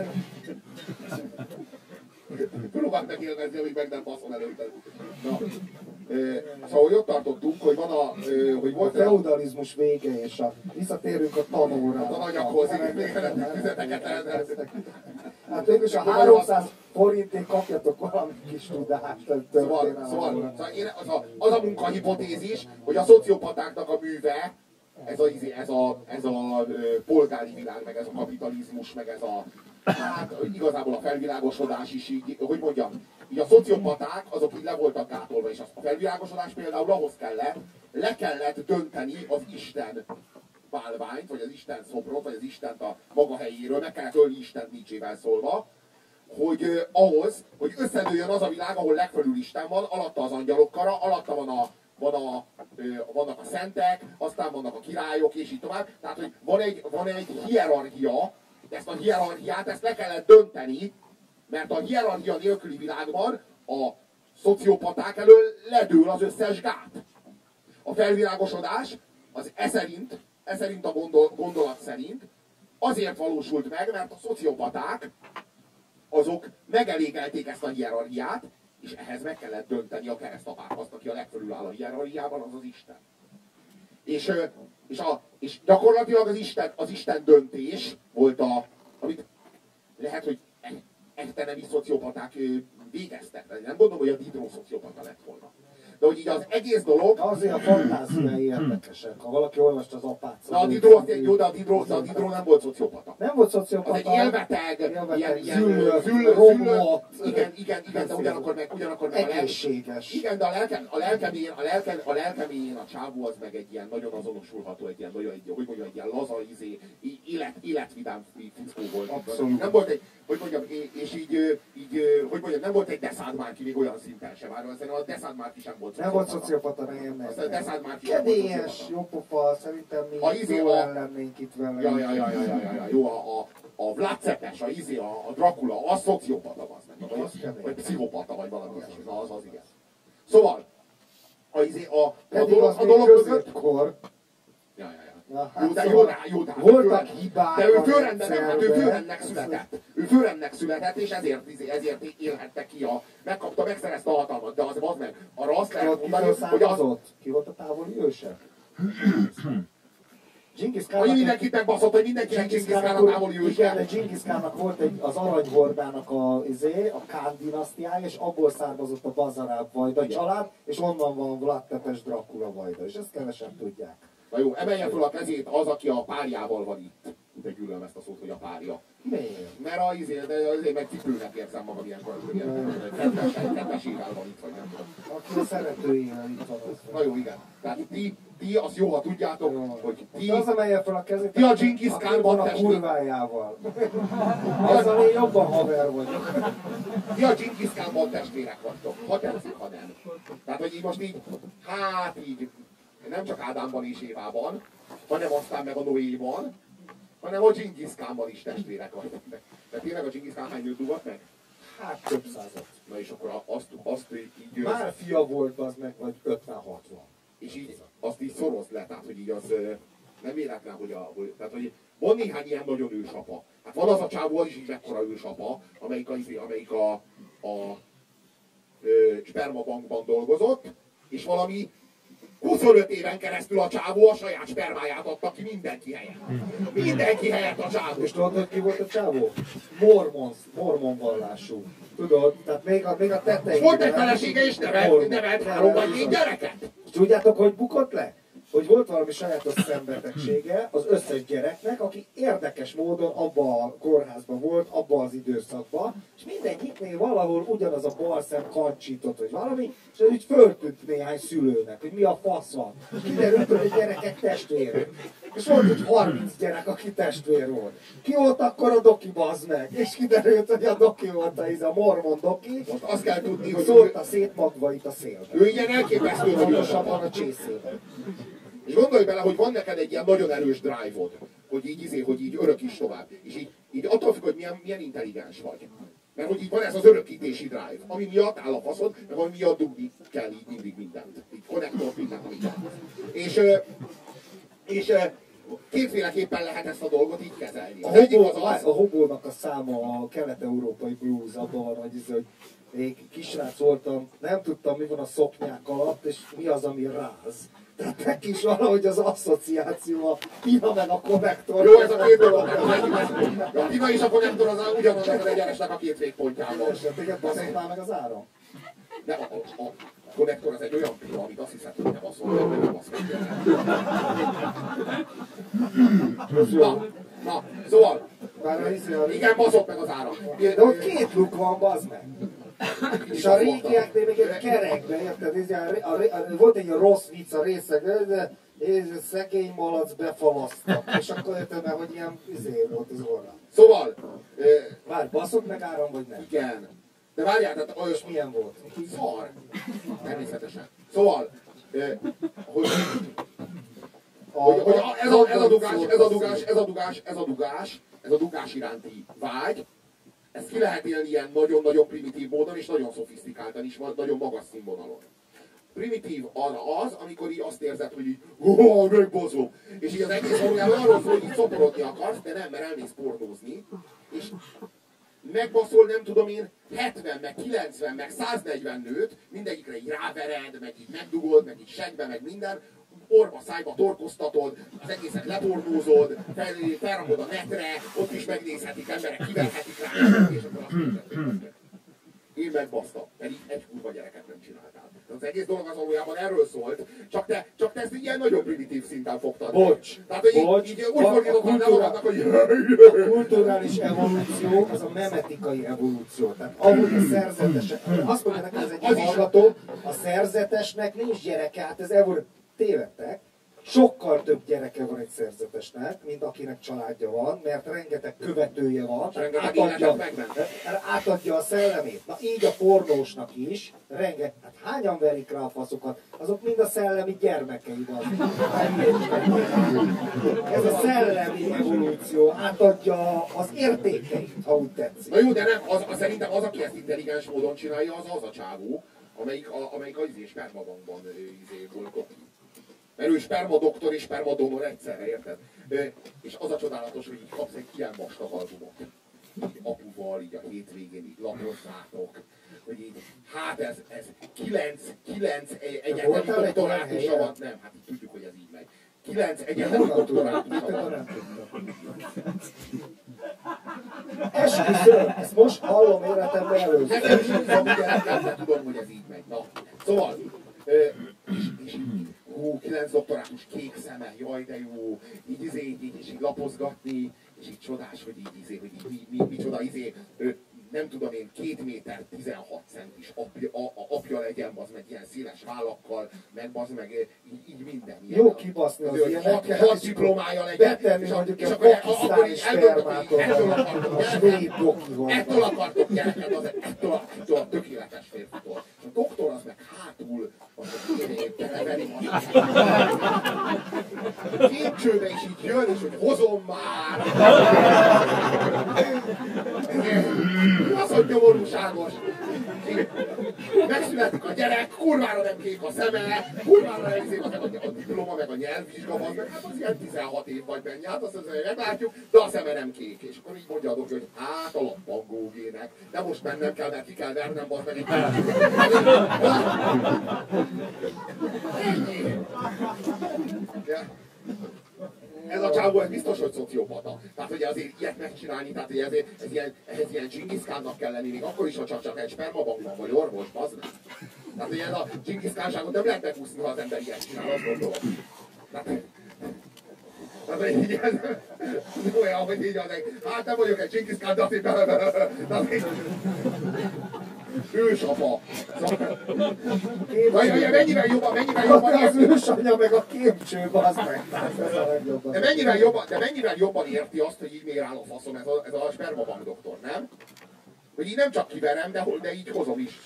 Próbáld meg élvezni, amíg meg nem baszol előtted. Na, szóval, hogy ott tartottunk, hogy van hogy volt a feudalizmus vége, és visszatérünk a tanóra. A anyaghoz, füzeteket elneveztek. Hát végülis a 300 forintért kapjatok valami kis tudást. Szóval az a munkahipotézis, hogy a szociopatáknak a műve, ez a polgári világ, meg ez a kapitalizmus, meg ez a hát igazából a felvilágosodás is így, hogy mondjam, így a szociopaták azok így le voltak gátolva, és a felvilágosodás például ahhoz kellett, le kellett dönteni az Isten bálványt, vagy az Isten szobrot, vagy az Istent a maga helyéről, meg kellett ölni Isten Nietzsével szólva, hogy ahhoz, hogy összedőjön az a világ, ahol legfelül Isten van, alatta az angyalok kara, alatta vannak a szentek, aztán vannak a királyok, és így tovább. Tehát, hogy van egy hierarchia, ezt a hierarchiát ezt le kellett dönteni, mert a hierarchia nélküli világban a szociopaták elől ledől az összes gát. A felvilágosodás az e szerint a gondolat szerint azért valósult meg, mert a szociopaták azok megelégelték ezt a hierarchiát, és ehhez meg kellett dönteni a keresztapát, azt, aki a legfölül áll a hierarchiában, az az Isten. És gyakorlatilag az Isten döntés volt amit lehet, hogy echte szociopaták végeztek. Nem gondolom, hogy a Diderot szociopata lett volna. De hogy így az egész dolog... Azért a fantáziái érdekesek. Ha valaki olvasta az Apát. Na, a Diderot nem volt szociopata. Nem volt szociopata. Az egy élbeteg, ilyen romlott. Igen, de ugyanakkor meg egészséges. Igen, de a lelkeméjén a csávó az meg egy ilyen nagyon azonosulható, egy ilyen laza, életvidám fickó volt. Abszolút. Nem volt egy, és így, nem volt egy Deszád Márki még olyan szinten sem. Szerintem a Deszád Márki sem volt nem volt szociopata, nem. Kedélyes, jópofa, szerintem mi jól lennénk itt vele. Jó, a Vlad Cepes, a Dracula, az szociopata, vagy pszichopata, vagy valami ilyesmi. Na, az igen. Szóval, a dolog középkor. Voltak hibák. De ő főrendnek született, és ezért élhette ki megszerezte a hatalmat, de az meg. Arra azt lehet mondani, hogy az... Ki volt a távoli őse? Hogy mindenkit megbaszott, hogy mindenkinek Dzsingisz Kán a távoli őse. Igen, de Dzsingisz Kánnak volt az aranyhordának a Kán dinasztiája, és abból származott a Bazaráb Vajda család, és onnan van Vlad Tepes Dracula Vajda, és ezt kevesen tudják. Na jó, emelje fel a kezét az, aki a párjával van itt. De gyűlölöm ezt a szót, hogy a párja. Miért? Mert azért meg cipőnek érzem magam ilyenkor, hogy kedvesével van itt, vagy nem tudom. Aki a szeretőjével itt van. Na jó, igen. Tehát ti azt jó, ha tudjátok, jó. Hogy ti... Az emelje fel a kezét, ti a Dzsingisz Kánban a kurvájával. Azzal én jobban haver vagyok. Ti a Dzsingisz Kánban testvérek vagytok. Ha tetszik, ha nem. Tehát, hogy így most így, így, nem csak Ádámban és Évában, hanem aztán meg a Noéban, hanem a Dzsingisz Kánban is testvérek vagytok. De tényleg a Dzsingisz Kán hány nőt dugott meg? Hát több százat. Na és akkor azt így... Már fia volt az meg, vagy 50-60. És így azt így szorozd le, tehát hogy így az nem véletlen, tehát hogy van néhány ilyen nagyon ősapa. Hát van az a csávó, az is így mekkora ősapa, amelyik a spermabankban dolgozott, és valami 25 éven keresztül a csávó a saját spermáját adta ki mindenki helyett. Mindenki helyett a csávó. És tudod, hogy ki volt a csávó? Mormon vallású. Tudod? Tehát még a tetején. Volt egy felesége és nevelt 3 vagy 4 gyereket. És tudjátok, hogy bukott le? Hogy volt valami sajátos szembetegsége az összes gyereknek, aki érdekes módon abban a kórházban volt, abban az időszakban, és mindegyiknél valahol ugyanaz a balszem kancsított, vagy valami, és úgy föltűnt néhány szülőnek, hogy mi a fasz van. És kiderült, hogy a gyerekek testvérek. És volt, hogy 30 gyerek, aki testvér volt. Ki volt akkor a doki, bazd meg? És kiderült, hogy a doki volt a mormon doki. Most azt kell tudni, hogy szólta szét magvait a szélben. Ő ilyen elképesztő pontosabban a csészében. És gondolj bele, hogy van neked egy ilyen nagyon erős drive-od, hogy így örökíts tovább. És így attól függ, hogy milyen intelligens vagy. Mert hogy így van ez az örökítési drive, ami miatt áll a faszod, meg ami miatt dugni kell így mindig mindent. Így konnektor mindent. És kétféleképpen lehet ezt a dolgot így kezelni. A hobónak a száma a kelet-európai blues, abban van, hogy még kisrác voltam, nem tudtam, mi van a szoknyák alatt, és mi az, ami ráz. Tehát neki is valahogy az asszociáció, a Tina meg a konnektor. Jó, ez a két dolog. A Tina és a konnektor az ugyanannak az egyenesnek a két végpontjában. Téged baszottál meg az áram? De a konnektor az egy olyan pilla, amit azt hiszed, hogy nem baszol, mert nem basz meg. Na, szóval. Igen, baszott meg az áram. De ott 2 luk van, bazd meg. És a régieknél még egy kerekben, érted? Volt egy rossz vicc a részeg, És szegény malac befalasztak, és akkor értem el, hogy ilyen volt az orra. Szóval... Várj, baszok meg áram, vagy nem? Igen. De várjál, tehát... És milyen volt? Szar. Természetesen. Szóval... Hogy ez a dugás iránti vágy, ezt ki lehet élni ilyen nagyon-nagyon primitív módon, és nagyon szofisztikáltan is, nagyon magas színvonalon. Primitív az, amikor így azt érzed, hogy így megbaszom. És így az egész valójában arról szól, hogy így szoporodni akarsz, de nem, mert elmész pornózni. És megbaszol, nem tudom én, 70, meg 90, meg 140 nőt, mindegyikre így rávered, meg így megdugod, meg így segbe, meg minden, orba, szájba torkoztatod, az egészet lepornózod, felrakod a netre, ott is megnézhetik emberek, kiverhetik rá, és akkor azt mondod, én megbasztam, pedig egy kurva gyereket nem csináltál. Az egész dolog az valójában erről szólt, csak te ezt ilyen nagyon primitív szinten fogtad. Bocs, tehát, hogy így úgy fordítottad le magadnak, hogy... A kulturális evolúció az a memetikai evolúció. Tehát ahogy a szerzetesek... Azt mondja nekem ez egy hallgató, a szerzetesnek nincs gyereke, hát ez tévedtek. Sokkal több gyereke van egy szerzetesnek, mint akinek családja van, mert rengeteg követője van, átadja a szellemét. Na így a pornósnak is, hát hányan verik rá a faszokat, azok mind a szellemi gyermekei van. Ez a szellemi evolúció átadja az értékeit, ha úgy tetszik. Na jó, de nem, szerintem az, aki ezt intelligens módon csinálja, az a csávó, amelyik az spermabankban volt. Mert ő spermadoktor és spermadonor egyszerre, érted? És az a csodálatos, hogy így kapsz egy ilyen vastag albumot. Így apuval, így a hétvégén így lapozzátok. Hogy így, hát ez 9 egyetemi doktorátusa van. Nem, hát így tudjuk, hogy ez így megy. 9 egyetemi doktorátusa van. Esküszöm, ezt most hallom életemben először. Nekem is így van, de tudom, hogy ez így megy. Na, szóval, és így, 9 doktorátus, kék szeme, jaj de jó, így lapozgatni, és így csodás, hogy hogy micsoda nem tudom én, 2 méter 16 centis apja legyen, az meg ilyen széles vállakkal, meg az meg így minden. Ilyen, jó kibaszni az ilyeneket. 6 diplomája legyen. Betenni mondjuk a pakisztáni spermátot a svéd dokihoz. Ettől akartok gyereket, ettől a tökéletes férfitól. A doktor az meg hátul, az beleveri a képcsőbe is így jön, és hogy hozom már! Az, hogy nyomorúságos. Megszületik a gyerek, kurvára nem kék a szeme, kurvára nem izé, a diploma, meg a nyelvvizsga van, meg hát az ilyen 16 év vagy mennyi, hát azt meglátjuk, de a szeme nem kék. És akkor így mondja a doktor, hogy hát a lappangógének, de most mennem kell, mert ki kell vernem, az meg egy ennyi. Ez a csávó, ez biztos, hogy szociopata. Tehát, hogy azért ilyet megcsinálni, tehát, hogy ehhez ilyen Dzsingiszkánnak kell lenni, még akkor is, ha csak egy spermabankban vagy orvos, bazd meg. Tehát, hogy ez a Dzsingiszkánságot nem lehet megúszni, ha az ember ilyet csinál, azt gondolom. Tehát, hogy így ez olyan, hogy így az egy, hát nem vagyok egy Dzsingiszkán, de azért ősapa. Mennyivel jobban az ősanya meg a képcső, bazd meg. De mennyivel jobban érti azt, hogy így miért áll a faszom ez a spermabank doktor, nem? Hogy így nem csak kiverem, de így hozom is.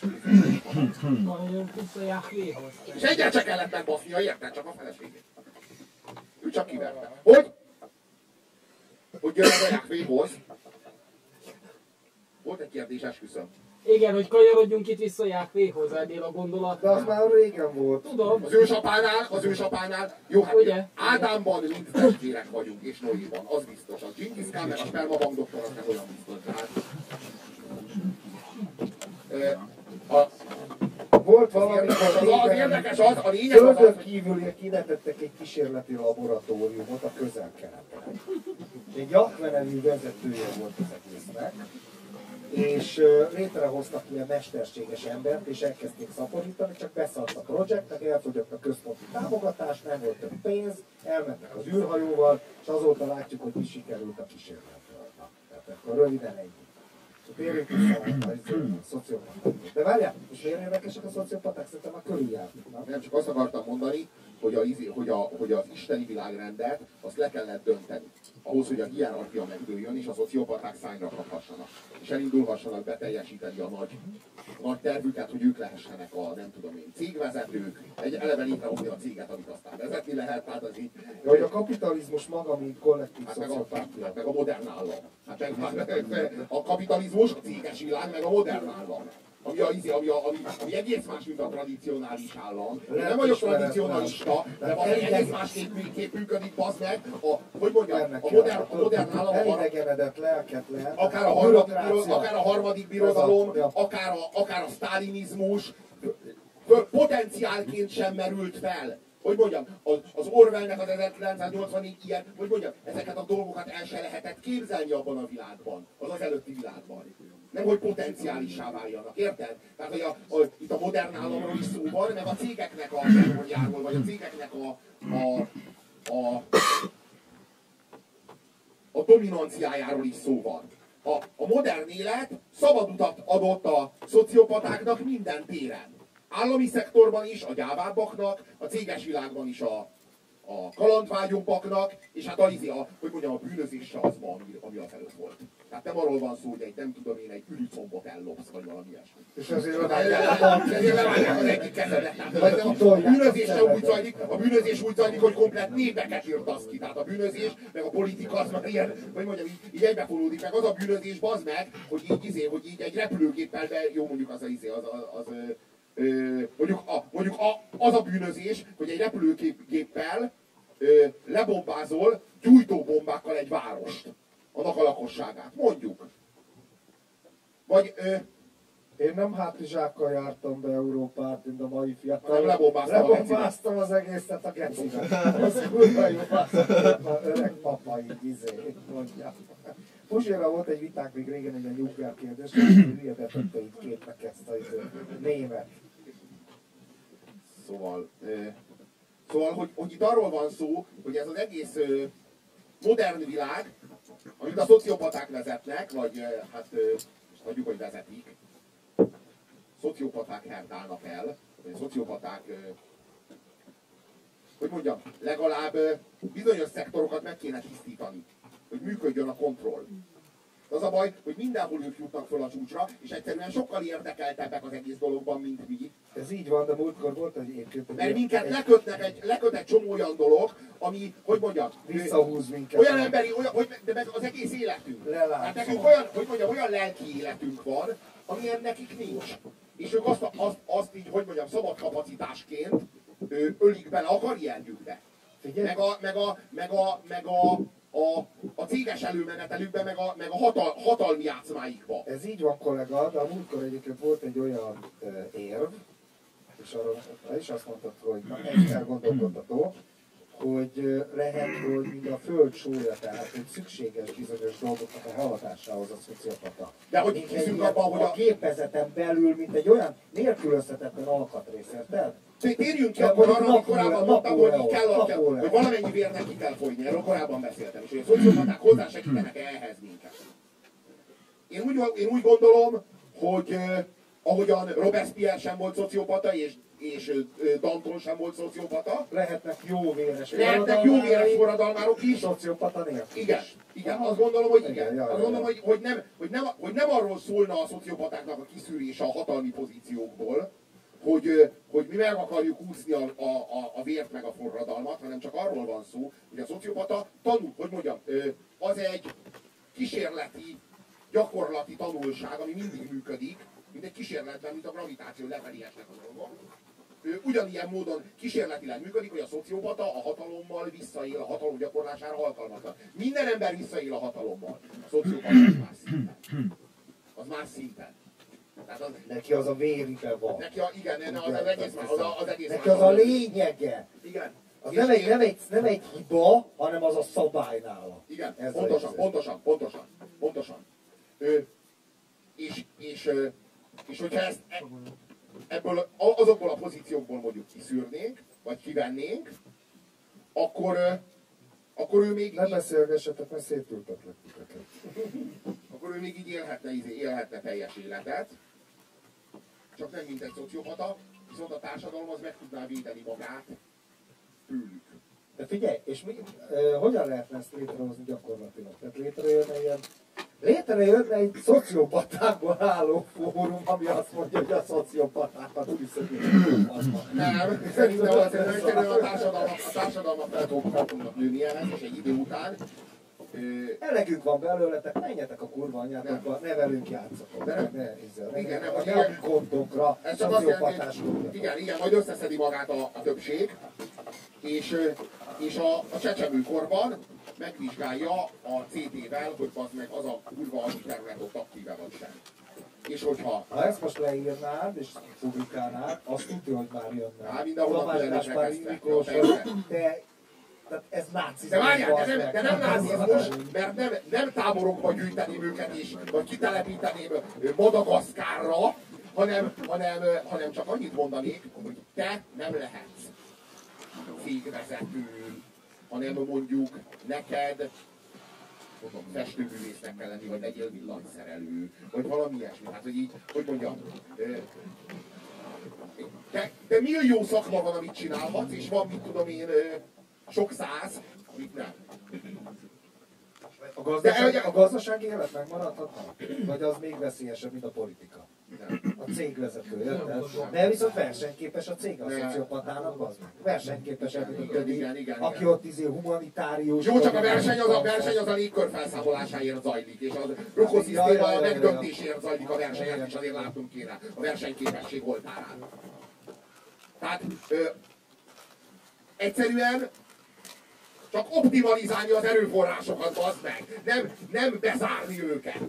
És egyet se kellett megbasznia, érted? Csak a feleségét. Ő csak kiverte. Hogy? Hogy jön a Jáhvéhoz? Volt egy kérdés, esküszöm. Igen, hogy kanyarodjunk itt vissza Jáhvéhoz ennél a gondolatnál. De az már régen volt. Tudom. Az ősapánál, jó, hát ugye? Ádámban mind testvérek vagyunk, és Noéban, az biztos. A Dzsingiszkán meg a spermabank doktor, az nem olyan biztos. Tehát, volt valami, az érdekes az, a lényeg az földön kívül kinetettek egy kísérleti laboratóriumot a Közel-Keleten. Egy Jahve nevű vezetője volt az egésznek, és létrehoztak ilyen mesterséges embert, és elkezdték szaporítani, csak beszart a projektnek, elfogyott a központi támogatás, nem volt több pénz, elmentek az űrhajóval, és azóta látjuk, hogy mi sikerült a kísérletről. Tehát akkor röviden ennyi. Térjünk vissza a szociopaták. De várjál, most miért érdekesek a szociopaták? Szerintem a körüljáték. Nem, csak azt akartam mondani, hogy az isteni világrendet azt le kellett dönteni. Ahhoz, hogy a hierarchia megdőljön, és a szociopaták szányra kaphassanak. És elindulhassanak beteljesíteni a nagy tervüket, hogy ők lehessenek a, nem tudom én, cégvezetők, egy eleve létrehozni a céget, amit aztán vezetni lehet, tehát az így... Ja, hogy a kapitalizmus maga, mint kollektív szociopátia. Meg a modern állam. A kapitalizmus, a céges világ, meg a modern állam. Ami egész más, mint a tradicionális állam. Én nem vagyok tradicionalista, de valami egész másképp működik, bazd meg. Hogy mondjam, a modern állam... Elidegenedett lelket lehet. Akár a harmadik birodalom, akár a sztálinizmus, potenciálként sem merült fel. Hogy mondjam, az Orwellnek az 1984 ilyen, hogy mondjam, ezeket a dolgokat el se lehetett képzelni abban a világban, az előtti világban. Nem, hogy potenciálissá váljanak, érted? Tehát, hogy itt a modern államról is szó van, meg a cégeknek a terrorjáról, vagy a cégeknek a dominanciájáról is szó van. A modern élet szabad utat adott a szociopatáknak minden téren. Állami szektorban is, a gyávábbaknak, a céges világban is a kalandvágyóbbaknak, és hát hogy mondjam, a bűnözés se az ma, ami az előtt volt. Tehát nem arról van szó, hogy egy ülicombot ellopsz, vagy valami ilyesmi. És ezért levágják az egyik kezedet. A bűnözés úgy zajlik, hogy komplett népeket írtasz ki. Tehát a bűnözés, meg a politika az már ilyen, hogy mondjam, így egybefonódik meg. Az a bűnözés, bazd meg, hogy így egy repülőgéppel, jó mondjuk mondjuk az a bűnözés, hogy egy repülőgéppel lebombázol gyújtóbombákkal egy várost, annak a lakosságát. Mondjuk. Vagy... Én nem hátizsákkal jártam be Európát, mint a mai fiatal. Lebomáztam az egészet a gecibe. Az kurva jó, az öreg papa így mondja. Puzsérral volt egy vitánk még régen egy a nyugger kérdés, és hirdetette így képnek ezt a német. Szóval, hogy itt arról van szó, hogy ez az egész modern világ, amit a szociopaták vezetnek, vagy hát hagyjuk, hogy vezetik, szociopaták herdálnak el, vagy szociopaták, hogy mondjam, legalább bizonyos szektorokat meg kéne tisztítani, hogy működjön a kontroll. Az a baj, hogy mindenhol ők jutnak föl a csúcsra, és egyszerűen sokkal érdekeltebbek az egész dologban, mint mi. Ez így van, de múltkor volt egy évként. Mert minket leköt egy csomó olyan dolog, ami, hogy mondjam, visszahúz minket. Olyan emberi, de meg az egész életünk. Hát nekünk olyan lelki életünk van, amilyen nekik nincs. És ők azt így, hogy mondjam, szabad kapacitásként ölik bele a karrierjükbe. Meg a céges előmenetelükbe, meg a hatalmi játszmáikba. Ez így van, kollega, de a múltkor egyébként volt egy olyan érv, és arra is azt mondtad, hogy ez elgondolkodható, hogy lehet, hogy mind a föld súlya, tehát hogy szükséges bizonyos dolgoknak a haladásához a szociopata. De hogy hiszünk abban, hogy a gépezeten belül, mint egy olyan nélkülözhetetlen alkatrész, érted? Térjünk ki akkor arra, amit korábban mondtam, hogy valamennyi vérnek ki kell folyni. Erről korábban beszéltem, és hogy a szociopaták hozzásegítenek ehhez minket. Én úgy gondolom, hogy ahogyan Robespierre sem volt szociopata, és Danton sem volt szociopata. Lehetnek jó véres forradalmárok is. Szociopata nélkül. Igen, azt gondolom, hogy igen. Azt gondolom, hogy nem arról szólna a szociopatáknak a kiszűrése a hatalmi pozíciókból, hogy mi meg akarjuk úszni a vért meg a forradalmat, hanem csak arról van szó, hogy a szociopata tanul, hogy mondjam, az egy kísérleti, gyakorlati tanulság, ami mindig működik, mint egy kísérletben, mint a gravitáció lefelé esnek a dolgok. Ugyanilyen módon kísérletileg működik, hogy a szociopata a hatalommal visszaél, a hatalom gyakorlására alkalmatlan. Minden ember visszaél a hatalommal. A szociopata az más szinten. Az más szinten. Neki az a véribe van. Neki az egész neki az a lényege. Igen. Az nem egy hiba, hanem az a szabály nála. Igen, ez pontosan. És hogyha ezt azokból a pozíciókból mondjuk kiszűrnénk, vagy kivennénk, akkor ő még... Ne beszélgessetek, mert szétültetlek titeket. Akkor ő még így élhetne teljes életet, csak nem mint egy szociopata, viszont a társadalom az meg tudná védeni magát tőlük. De figyelj, és hogyan lehetne ezt létrehozni gyakorlatilag? Tehát létrejönne egy szociopatákból álló fórum, ami azt mondja, hogy a szociopatákat úgy szögélyek. Nem, szerintem a társadalmak fel tudnak nőni ehhez, és egy idő után elegünk van belőletek, menjetek a kurva anyátokba, ne velünk játszatok. Igen, nem, a nem gondokra, ez csak azt jelenti, szociopatásokra. igen, majd összeszedi magát a többség, és a csecsemőkorban megvizsgálja a CT-vel, hogy az meg az a kurva anyiterület ott aktíve vagy sem. És hogyha... Ha ezt most leírnád és publikálnád, azt tudja, hogy már jönne. Hát mindenhol Tamás Gáspár Miklós, de ez nácizmus. De várjál, de nem nácizmus, mert nem táborokba gyűjteném őket is, vagy kitelepíteném Madagaszkárra, hanem csak annyit mondanék, hogy te nem lehetsz cégvezető, hanem mondjuk neked festőművésznek kell lenni, vagy legyél villanyszerelő, vagy valami ilyesmi. Hát, hogy így, hogy mondjam, de millió szakma van, amit csinálhatsz, és van, mit tudom én, sok száz, amit nem. A gazdasági élet megmaradhatna? Vagy az még veszélyesebb, mint a politika? A cégvezető, érted? De viszont versenyképes a cég, a szociopatának az meg. Versenyképesebb, mint a többi, aki ott humanitárius... Jó, csak a verseny az a légkör felszámolásáért zajlik, és a ökoszisztéma megdöntésért zajlik a versenyet, és azért látunk kéne a versenyképesség oltárán. Tehát egyszerűen csak optimalizálni az erőforrásokat, bazd meg, nem bezárni őket.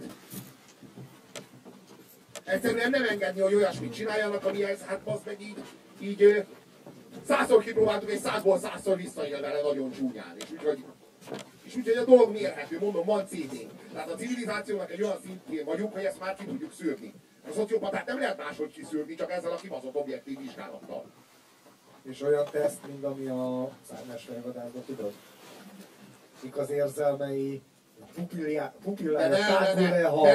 Egyszerűen nem engedni, hogy olyasmit csináljanak, amihez, hát bazd meg így 100-szor kipróbáltuk, és 100-ból 100-szor visszaél vele nagyon csúnyán. És úgyhogy a dolog mérhető, mondom, van CD-nk. Tehát a civilizációnak egy olyan szintjén vagyunk, hogy ezt már ki tudjuk szűrni. A szociopatát nem lehet máshogy kiszűrni, csak ezzel a kibaszott objektív vizsgálattal. És olyan teszt, mint ami a szárnyás fejvadászban, tudod? Mik az érzelmei, pupillája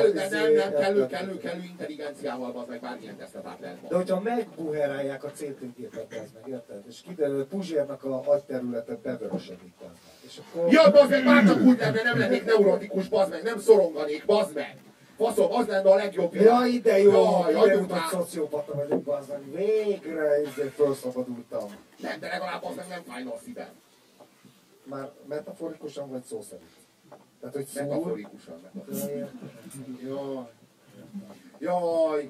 kellő intelligenciával az meg bármilyen tesztet át lehet mondani. De hogyha megbuherálják a CT-gépet, ez meg, érted? És kiderül, hogy Puzsérnak a agyterülete bevörösödik, és akkor... Ja, bazd meg, már csak úgy lenne, nem lennék neurotikus, bazd meg, nem szoronganék, bazd meg! Faszom, az lenne a legjobb világ. Jaj, de jó, kiderült, hogy szociopata vagyok, bazd meg, végre felszabadultam. Nem, de legalább az meg nem fájna a szívem. Már metaforikusan vagy szó szerint? Tehát, hogy szól... Metaforikusan. Jaj.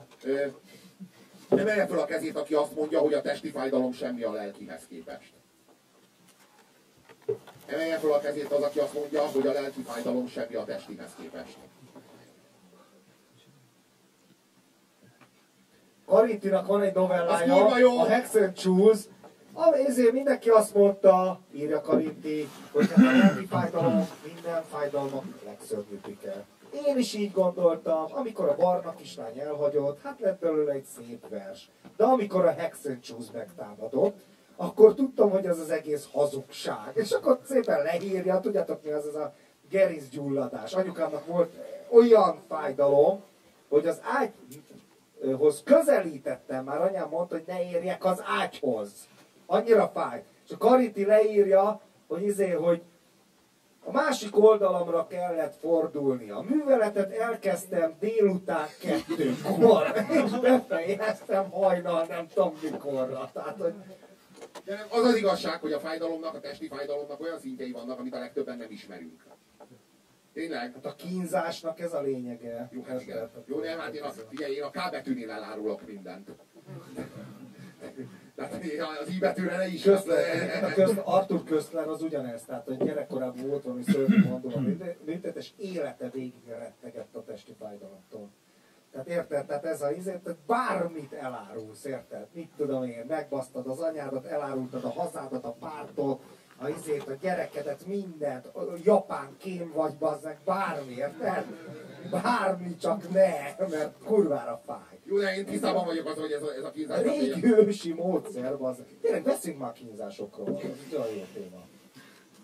Emelje fel a kezét, aki azt mondja, hogy a testi fájdalom semmi a lelkihez képest. Emelje fel a kezét az, aki azt mondja, hogy a lelki fájdalom semmi a testihez képest. Karintinak van egy novellája, a Hex and Choose, ezért mindenki azt mondta, írja Karinti, hogy a lelki fájdalom minden fájdalmak legszörnyűbbike. Én is így gondoltam, amikor a barna kislány elhagyott, hát lett belőle egy szép vers. De amikor a Hex and Choose megtámadott, akkor tudtam, hogy ez az egész hazugság. És akkor szépen leírja, tudjátok mi az ez a gerincgyulladás. Anyukámnak volt olyan fájdalom, hogy az ágyhoz közelítettem, már anyám mondta, hogy ne érjek az ágyhoz. Annyira fáj. És a Karinti leírja, hogy a másik oldalamra kellett fordulni. A műveletet elkezdtem délután 2-kor, és befejeztem hajnal nem tudom mikorra. Tehát, hogy... De az az igazság, hogy a fájdalomnak, a testi fájdalomnak olyan szintjei vannak, amit a legtöbben nem ismerünk. Tényleg? Hát a kínzásnak ez a lényege. Jó, hát igen. Jó, nem, hát én a K betűnél elárulok mindent. Tehát az I betűre ne is... Arthur Köszler az ugyanez, tehát hogy gyerekkorában volt valami szörnyű mondom, és élete végig rettegett a testi fájdalomtól. Tehát érted? Tehát ez a tehát bármit elárulsz, érted? Mit tudom én, megbasztad az anyádat, elárultad a hazádat, a pártot, a gyerekedet, mindent, japán kém vagy, bazzeg, bármi, érted? Bármi, csak ne, mert kurvára fáj. Jó, de én tisztában vagyok az, hogy ez a kínzás... Régi ősi módszer, bazzeg. Tényleg beszéljünk már kínzásokról, ez egy olyan jó téma.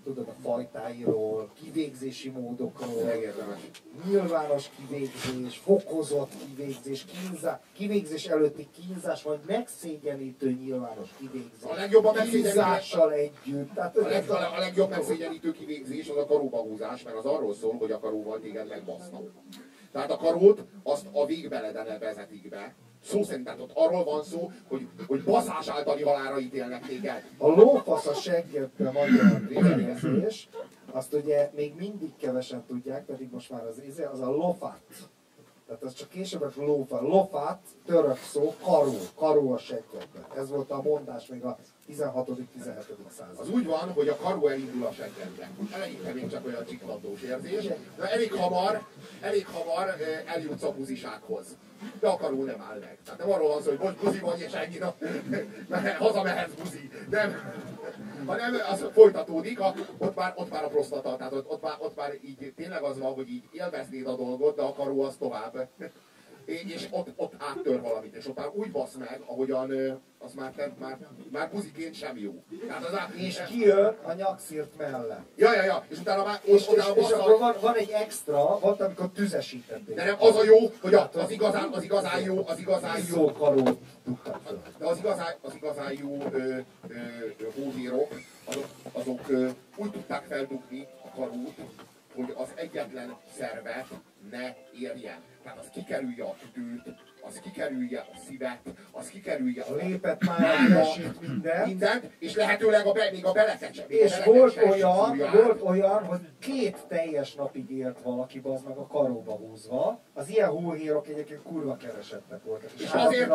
tudod, a fajtáiról, kivégzési módokról, Megérdemes. nyilvános kivégzés, fokozott kivégzés, kivégzés előtti kínzás, vagy megszégyenítő nyilvános kivégzés. A legjobban megszégyenítő, kínzással együtt. Tehát a legjobb megszégyenítő kivégzés az a karóba húzás, mert az arról szól, hogy a karóval téged megbasznak. Tehát a karót azt a végbeleden vezetik be. Szó szerint, tehát ott arról van szó, hogy baszás általi halálra ítélnek téged. a lófasz a seggedbe magyar kifejezés, azt ugye még mindig kevesen tudják, pedig most már az a lofat. Tehát az csak később a lófa. Lofat, török szó, karó a seggedbe. Ez volt a mondás még a 16.-17. század. Az úgy van, hogy a karó elindul a seggedbe. Eleinte még csak olyan csiklandós érzés, de elég hamar eljutsz a buzisághoz. De a karó nem áll meg. Tehát nem arról van szó, hogy most buzi vagy és ennyi, hazamehetsz buzi. Nem. Hanem az folytatódik, ott már a prostata, tehát ott már így tényleg az van, hogy így élveznéd a dolgot, de a karó az tovább. És ott áttör valamit, és ott már úgy basz meg, ahogyan az már buziként sem jó. És kijön a nyakszírt mellett. Ja, és utána már... És akkor van egy extra, volt, amikor tüzesítették. De nem, az a jó, hogy az igazán jó, Izzókarót dugtak föl. de az igazán jó hóvérok, azok úgy tudták feldugni a karót, hogy az egyetlen szervet ne érjen. Tehát az kikerülje a tüdőt, az kikerülje a szívet, az kikerülje a lépett már mindent, és lehetőleg még a beleket sem. És volt olyan, hogy 2 teljes napig élt valaki az meg a karóba húzva. Az ilyen hóhérok egyébként kurva keresettek voltak. És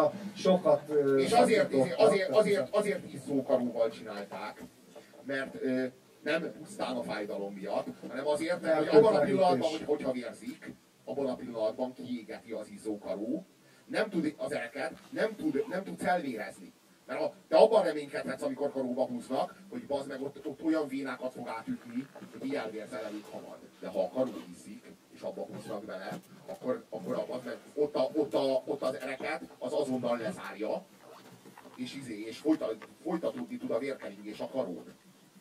azért izzókaróval csinálták, mert nem pusztán a fájdalom miatt, hanem azért, mert hogy abban a pillanatban, hogyha vérzik, abban a pillanatban kiégeti az izzókaró, nem tud az ereket, nem tud elvérezni. Mert te abban reménykedhetsz, amikor karóba húznak, hogy bazd meg ott olyan vénákat fog átütni, hogy így elvérzel elég hamar. De ha a karó izzik, és abba húznak bele, akkor ott az ereket az azonnal lezárja, és folytatódni tud a vérkeringés a karón.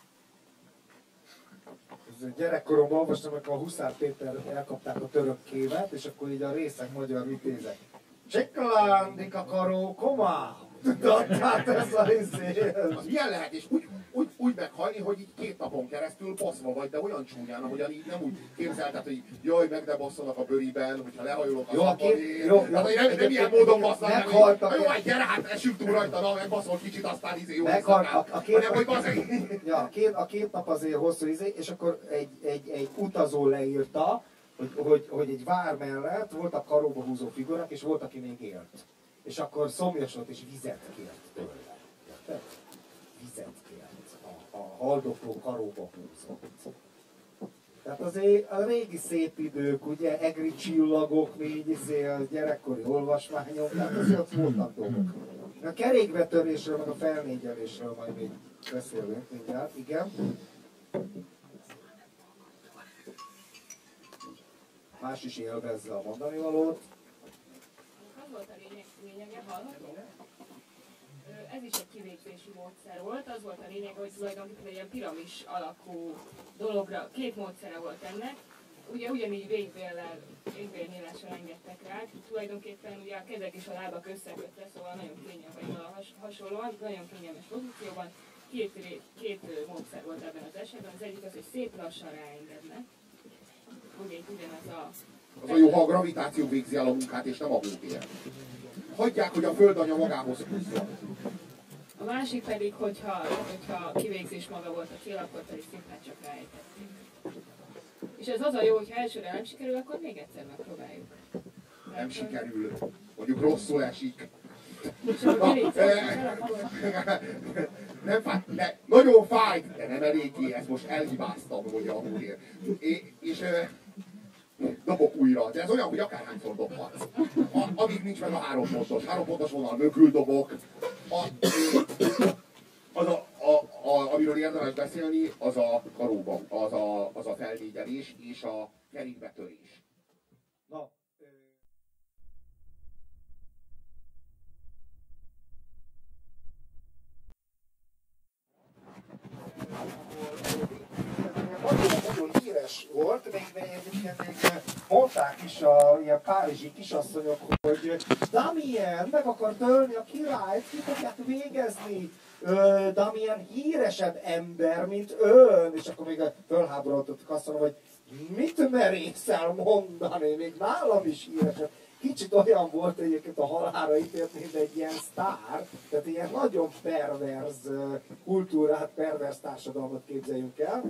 Gyerekkoromban olvastam, amikor a Huszár Péter elkapták a török kémet, és akkor így a részek magyar vitézek. Csekkalándik a karó, komá! Tehát ez a részé. Az milyen lehet, és úgy meghalni, hogy így 2 napon keresztül baszva vagy, de olyan csúnyán, ahogyan így nem úgy képzelted, hogy jaj, meg ne basszanak a bőriben, hogyha lehajolok az abbalé. Nem ilyen módon basszanak, meghaltak. Jó, hát gyere, hát esünk túl rajta, na, megbaszol kicsit, aztán jó a 2 nap azért hosszú és akkor egy utazó leírta, hogy egy vár mellett voltak karóba húzó figurák, és volt, aki még élt. És akkor szomjasodott, és vizet kért tőle. Érted? Vizet kért. A haldokló karóba húzott. Tehát azért a régi szép idők, ugye, egri csillagok, még a gyerekkori olvasmányok, tehát azért ott voltak dolgok. A kerékbetörésről, meg a felnégyelésről majd még beszélünk mindjárt, igen. Más is élvezze a mondani valót. Az volt a lényege, hallható? Ez is egy kivégzési módszer volt, az volt a lényeg, hogy tulajdonképpen egy ilyen piramis alakú dologra, 2 módszere volt ennek. Ugye ugyanígy végbélnyílással engedtek rá, tulajdonképpen ugye a kezek és a lábak összekötve, szóval nagyon kényelmes, hasonlóan, nagyon kényelmes pozícióban. Két módszer volt ebben az esetben, az egyik az, hogy szép lassan ráengednek. Ugye itt ugyanaz az a jó, ha a gravitáció végzi el a munkát, és nem a hóvér. Hagyják, hogy a földanya magához húzzon. A másik pedig, hogyha kivégzés maga volt a cél, akkor pedig szimplán csak ráejtették. És ez az a jó, hogy ha elsőre nem sikerül, akkor még egyszer megpróbáljuk. Nem sikerül. Mondjuk rosszul esik. Nem fáj, de nagyon fájt, de nem eléggé, ezt most elhibáztam, mondja a hóhér. És dobok újra, de ez olyan, hogy akárhányszor dobhatsz. Amíg nincs meg a 3 pontos vonal mögül dobok. Amiről érdemes beszélni, az a karóba, az a felnégyelés és a kerékbetörés. Na. vicces volt, még mondták is ilyen párizsi kisasszonyok, hogy Damien meg akart ölni a királyt, ki fogják végezni. Damien híresebb ember, mint ön. És akkor még fölháborodottak azt mondom, hogy mit merészel mondani, még nálam is híresebb. Kicsit olyan volt egyébként a halálra ítélt, mint egy ilyen sztár, tehát ilyen nagyon perverz kultúrát, perverz társadalmat képzeljünk el.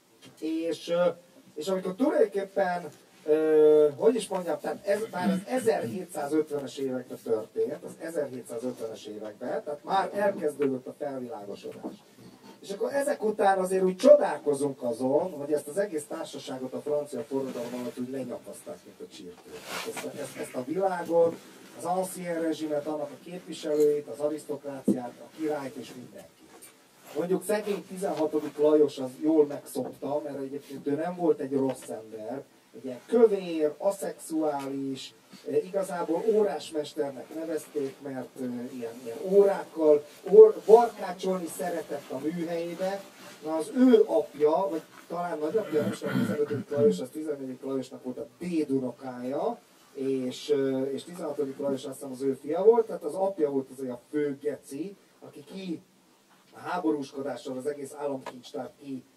És amikor tulajdonképpen, hogy is mondjam, tehát ez már az 1750-es években történt, az 1750-es években, tehát már elkezdődött a felvilágosodás. És akkor ezek után azért úgy csodálkozunk azon, hogy ezt az egész társaságot a francia forradalom alatt úgy lenyapaszták, mint a csirkét. Ezt a világot, az ancien rezsimet, annak a képviselőit, az arisztokráciát, a királyt és mindenki. Mondjuk szegény 16. Lajos az jól megszokta, mert egyébként ő nem volt egy rossz ember, egy ilyen kövér, aszexuális, igazából órásmesternek nevezték, mert ilyen órákkal barkácsolni szeretett a műhelyébe. Na az ő apja, vagy talán nagyapja, nem sem 15. Lajos, az 14. Lajosnak volt a dédunokája, és 16. Lajos azt hiszem az ő fia volt, tehát az apja volt az a fő geci, aki a háborúskodással az egész államkincstárt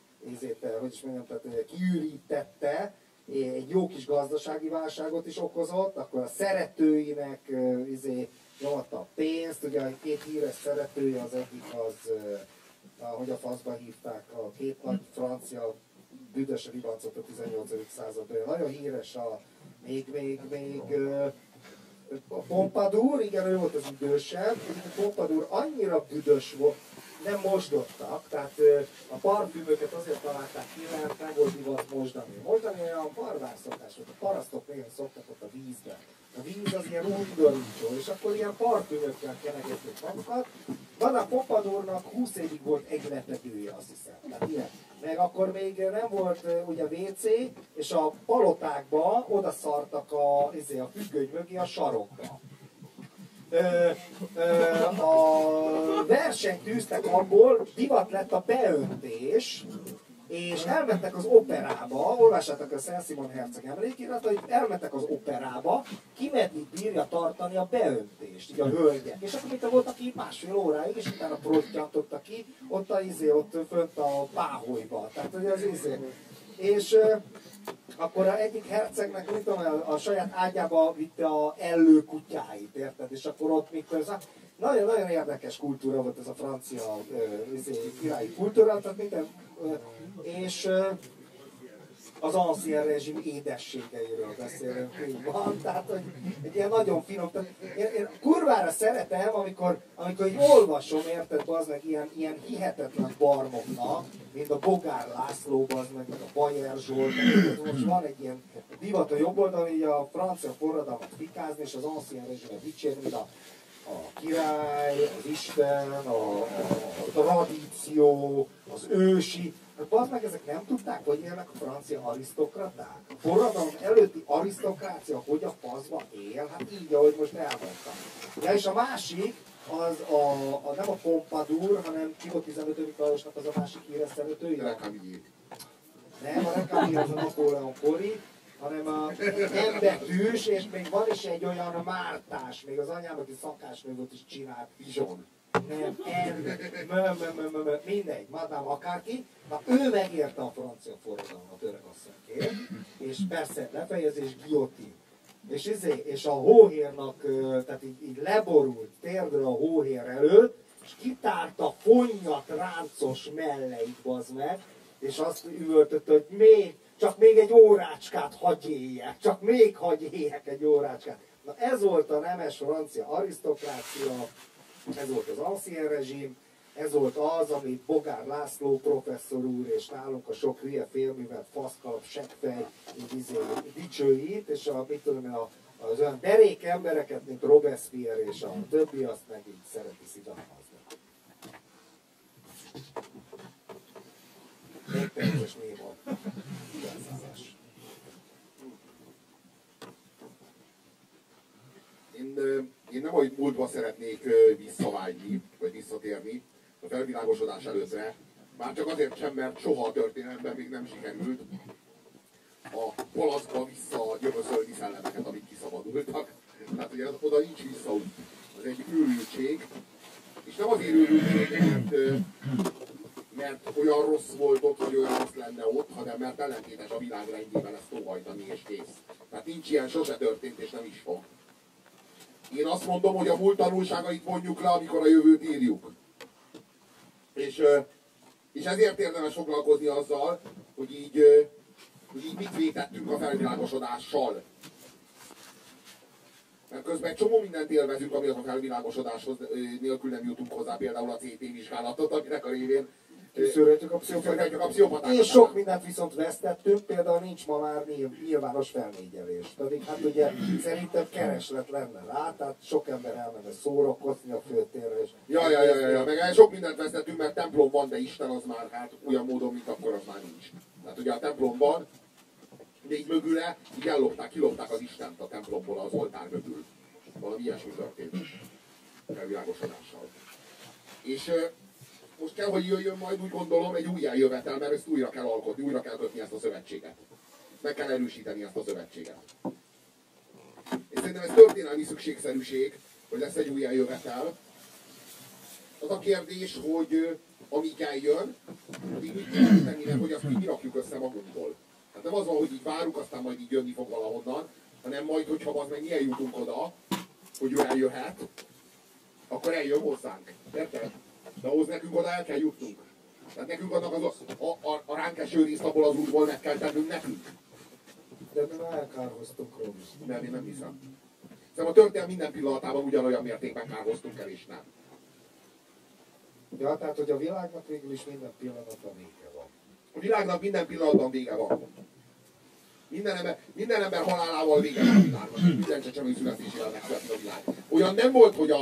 kiürítette, egy jó kis gazdasági válságot is okozott, akkor a szeretőinek nyomatta a pénzt, ugye a két híres szeretője, az egyik az, hogy a faszba hívták, a két nagy francia büdös ribancot a 18. században, nagyon híres a Pompadour, igen, ő volt az idősebb, a Pompadour annyira büdös volt, nem mosdottak, tehát a parfümöket azért találták ki, mert nem volt divat mosdani. Mosdani olyan barbár szokás volt, a parasztok néha szoktak ott a vízbe. A víz az ilyen undorító, és akkor ilyen parfümökkel kenegették magukat. Van a Pompadournak 20 évig volt egy lepedője, azt hiszem. Tehát ilyen. Meg akkor még nem volt ugye WC, és a palotákba oda szartak a függöny mögé a sarokba. A versenyt tűztek abból, divat lett a beöntés, és elmentek az operába, olvassátok a Szent Simon herceg emlékirat, hogy elmentek az operába, ki meddig bírja tartani a beöntést, így a hölgyek. És akkor mit volt, aki másfél óráig, és utána prottyantotta ki, ott ott fönt a páholyba. Tehát, hogy az és akkor a egyik hercegnek, mit tudom, a saját ágyába vitte a ellő kutyáit, érted? És akkor ott nagyon-nagyon érdekes kultúra volt ez a francia királyi kultúra, tehát minden, és az ancien rezsim édességeiről beszélünk, így van, tehát hogy egy ilyen nagyon finom, én kurvára szeretem, amikor így olvasom, érted, az meg ilyen hihetetlen barmoknak, mint a Bogár László, az meg a Bajer Zsolt, most van egy ilyen divat a jobb oldalon, így a francia forradalmat fikázni, és az ancien rezsimet dicsérni, mint a király, az Isten, a tradíció, az ősi. Hát meg ezek nem tudták, hogy élnek a francia arisztokraták. A forradalom előtti arisztokrácia hogy a faszba él? Hát így, ahogy most elmondtam. Ja, és a másik, az nem a Pompadour, hanem ki volt 15. Lajosnak az a másik híres szeretője? Nem, a Recamier az a Napóleon kori, hanem a embetűs, és még van is egy olyan Mártás, még az anyám, aki szakásnőt is csinált, Pizson. Nem, mindegy, madám akárki. Na, ő megérte a francia forradalmat, öregasszonyként, és persze lefejezés guillotine. És a hóhérnak, tehát így leborult térdről a hóhér előtt, és kitárta fonnyat ráncos melleit, bazd meg, és azt üvöltött, hogy csak még egy órácskát hagyj éljek, csak még hagyj éljek egy órácskát. Na ez volt a nemes francia arisztokrácia, ez volt az ancien rezsim, ez volt az, amit Bogár László professzor úr és nálunk a sok hülye félművelt faszkalap, seggfej dicsőít, és az olyan derék embereket, mint Robespierre és a többi, azt meg így szereti szidalmazni. Még perces néma. Én nem a múltba szeretnék visszavágyni, vagy visszatérni a felvilágosodás előttre, már csak azért sem, mert soha a történelemben még nem sikerült a palackba visszajövöszölni szellemeket, amik kiszabadultak. Tehát ugye oda nincs visszaút. Az egy őrültség. És nem azért őrültség, mert olyan rossz volt ott, vagy olyan rossz lenne ott, hanem mert ellentétes a világ rendjével ezt óhajtani, és kész. Tehát nincs ilyen, sose történt, és nem is fog. Én azt mondom, hogy a múlt tanulságait vonjuk le, amikor a jövőt írjuk. És ezért érdemes foglalkozni azzal, hogy így mit vétettünk a felvilágosodással. Mert közben egy csomó mindent élvezünk, ami a felvilágosodáshoz nélkül nem jutunk hozzá, például a CT vizsgálatot, aminek a révén kiszűrhetjük a pszichopatákat. És sok mindent viszont vesztettünk, például nincs ma már nyilvános felnégyelés. Pedig hát ugye szerintem kereslet lenne rá, tehát sok ember elmenne szórakozni a főtérre. És ja, meg sok mindent vesztettünk, mert templom van, de Isten az már hát olyan módon, mint akkor az már nincs. Tehát ugye a templomban, ugye így mögüle, így kilopták az Istent a templomból az oltár mögül. Valami ilyesmi történt felvilágosodással. És most kell, hogy jöjjön majd, úgy gondolom, egy új eljövetel, mert ezt újra kell alkotni, újra kell kötni ezt a szövetséget. Meg kell erősíteni ezt a szövetséget. És szerintem ez történelmi szükségszerűség, hogy lesz egy új eljövetel. Az a kérdés, hogy amíg eljön, addig mit kell tenni, hogy azt mi rakjuk össze magunkból. Hát nem az van, hogy így várunk, aztán majd így jönni fog valahonnan, hanem majd, hogyha az meg mi eljutunk oda, hogy ő eljöhet, akkor eljön hozzánk. Érted? De ahhoz nekünk oda el kell jutnunk. Tehát nekünk annak a ránk eső részt abból az útból meg kell tennünk nekünk. De mi már elkárhoztunk róla. Nem, én nem hiszem. Szerintem a történelem minden pillanatában ugyanolyan mértékben kárhoztunk el, és nem. Ja, tehát, hogy a világnak végül is minden pillanatban vége van. A világnak minden pillanatban vége van. Minden ember halálával vége van a világnak. Minden csecsemő születésével megszületik a világ. Olyan nem volt, hogy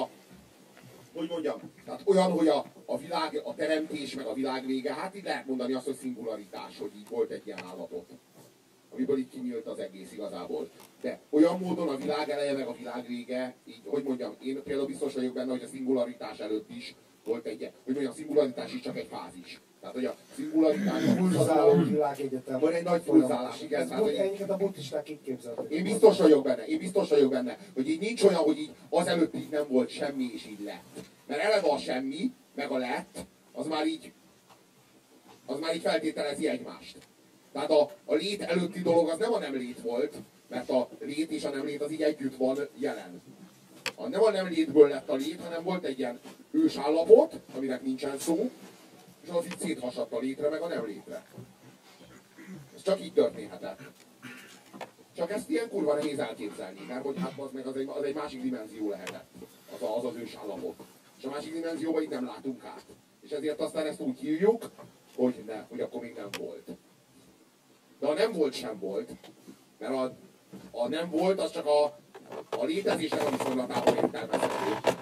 tehát olyan, hogy a világ, a teremtés meg a világ vége, hát így lehet mondani azt, hogy szingularitás, hogy így volt egy ilyen állapot, amiből így kinyílt az egész igazából. De olyan módon a világ eleje meg a világ vége, így, én például biztos vagyok benne, hogy a szingularitás előtt is volt a szingularitás is csak egy fázis. Tehát, hogy a szingularitás... A pulzáló világegyetem. Van egy nagy pulzálás, igen. Egyiket a buddhisták így képzelték. Én biztos vagyok benne, hogy így nincs olyan, hogy így azelőtt így nem volt semmi, és így lett. Mert eleve a semmi, meg a lett, az már így feltételezi egymást. Tehát a lét előtti dolog az nem a nem lét volt, mert a lét és a nem lét az így együtt van jelen. Nem a nem létből lett a lét, hanem volt egy ilyen ősállapot, aminek nincsen szó, és az így széthasadt a létre, meg a nem létre. Ez csak így történhetett. Csak ezt ilyen kurva nehéz elképzelni, mert hogy hát az egy másik dimenzió lehetett. Az ősállapot. És a másik dimenzióban itt nem látunk át. És ezért aztán ezt úgy hívjuk, hogy akkor még nem volt. De a nem volt sem volt, mert a nem volt, az csak a létezésnek a viszonylatában értelmezhető.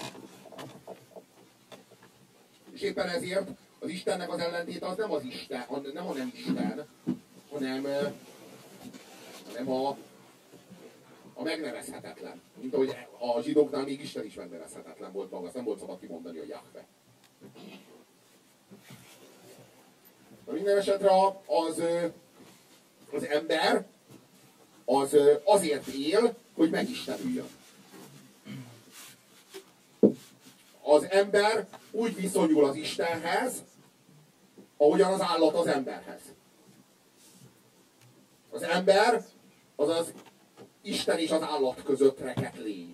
És éppen ezért az Istennek az ellentéte az nem az Isten, nem a nem Isten, hanem a megnevezhetetlen. Mint ahogy a zsidóknál még Isten is megnevezhetetlen volt maga, azt nem volt szabad kimondani, hogy Jahve. De minden esetre az ember az azért él, hogy megistenüljön. Az ember úgy viszonyul az Istenhez, ahogyan az állat az emberhez. Az ember az az Isten és az állat között rekedt lény.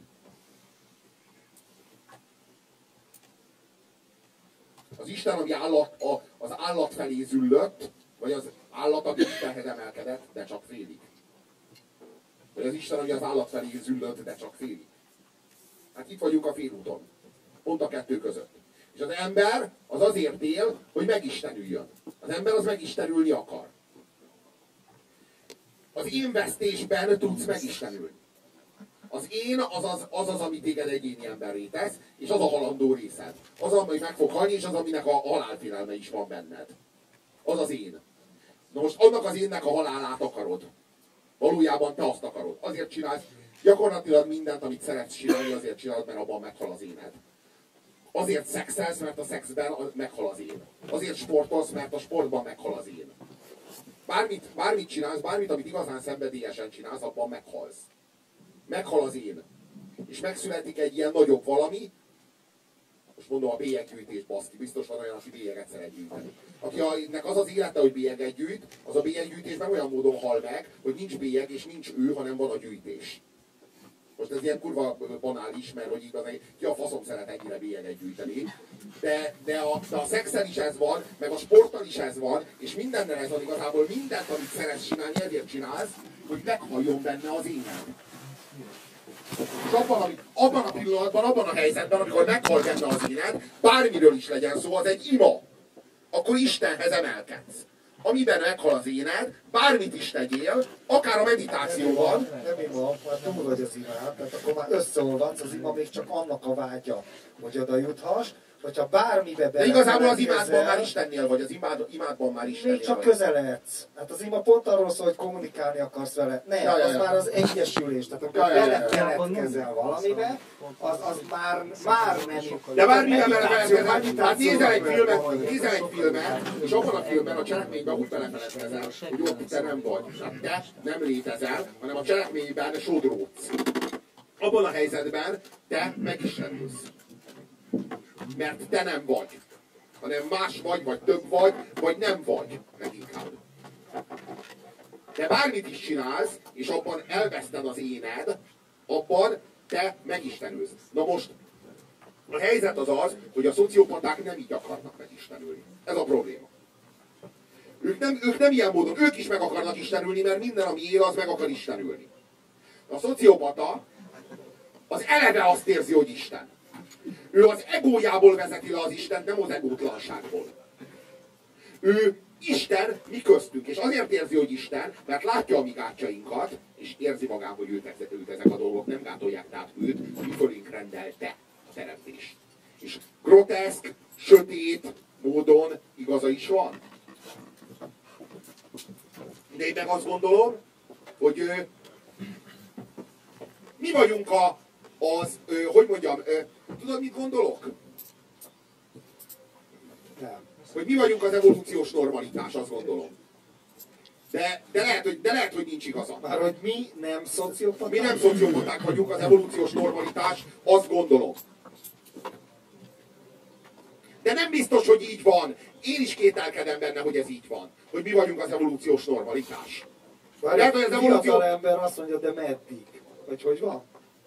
Az Isten, ami az állat felé züllött, vagy az állat, ami Istenhez emelkedett, de csak félig. Vagy az Isten, ami az állat felé züllött, de csak félig. Hát itt vagyunk a félúton. Pont a kettő között. És az ember az azért él, hogy megistenüljön. Az ember az megistenülni akar. Az én vesztésben tudsz megistenülni. Az én az, ami téged egyéni emberré tesz, és az a halandó részed. Az, ami meg fog halni, és az, aminek a halálfélelme is van benned. Az az én. Na most annak az énnek a halálát akarod. Valójában te azt akarod. Azért csinálsz gyakorlatilag mindent, amit szeretsz csinálni, azért csinálod, mert abban meghal az éned. Azért szexelsz, mert a szexben meghal az én. Azért sportolsz, mert a sportban meghal az én. bármit csinálsz, bármit, amit igazán szenvedélyesen csinálsz, abban meghalsz. Meghal az én. És megszületik egy ilyen nagyobb valami, most mondom a bélyeggyűjtés, baszki, biztos van olyan, aki bélyeget szeret gyűjteni. Akinek az az élete, hogy bélyeget gyűjt, az a bélyeggyűjtésben olyan módon hal meg, hogy nincs bélyeg és nincs ő, hanem van a gyűjtés. Most ez ilyen kurva banális, mert hogy igazán ki a faszom szeret ennyire bélyeget gyűjteni. De a szexel is ez van, meg a sporttal is ez van, és mindennel ez van igazából, mindent, amit szeretsz csinálni, ezért csinálsz, hogy meghalljon benne az éned. És abban a pillanatban, abban a helyzetben, amikor meghal benne az éned, bármiről is legyen szó, az egy ima. Akkor Istenhez emelkedsz. Amiben meghal az éned, bármit is tegyél, akár a meditációban. Nem ima, már túl vagy az imán, tehát akkor már összeolvadsz, az ima még csak annak a vágya, hogy oda juthass. Hogyha bármibe de igazából az imádban már Istennél vagy, az imádban már Istennél még csak vagy. közeledsz. Hát az ima pont arról szól, hogy kommunikálni akarsz vele. Nem, az már az egyesülés. Tehát amikor belekeletkezel valamibe, az már nem. De bármiben belekeletkezel. Hát nézel egy filmet, és abban a filmben, a cselekményben úgy belekeletkezel, hogy ott te nem vagy. Hát te nem létezel, hanem a cselekményben sodródsz. Abban a helyzetben te megistenülsz. Mert te nem vagy, hanem más vagy több vagy nem vagy, leginkább. De bármit is csinálsz, és abban elveszted az éned, abban te megistenülsz. Na most, a helyzet az, hogy a szociopaták nem így akarnak megistenülni. Ez a probléma. Ők nem ilyen módon, ők is meg akarnak istenülni, mert minden, ami él, az meg akar istenülni. A szociopata az eleve azt érzi, hogy Isten. Ő az egójából vezeti le az Istent, nem az egótlanságból. Ő Isten mi köztünk, és azért érzi, hogy Isten, mert látja a mi gátjainkat, és érzi magában, hogy őt ezek a dolgok nem gátolják, tehát őt mi fölénk rendelte a teremtés. És groteszk, sötét módon igaza is van. De én meg azt gondolom, hogy mi vagyunk hogy mondjam, tudod, mit gondolok? Nem. Hogy mi vagyunk az evolúciós normalitás, azt gondolom. De lehet, hogy nincs igaza. Már hogy mi nem szociopaták? Mi nem szociopaták vagyunk, az evolúciós normalitás, azt gondolom. De nem biztos, hogy így van. Én is kételkedem benne, hogy ez így van. Hogy mi vagyunk az evolúciós normalitás. Lehet, hogy az fiatal ember azt mondja, de meddig? Vagy hogy van?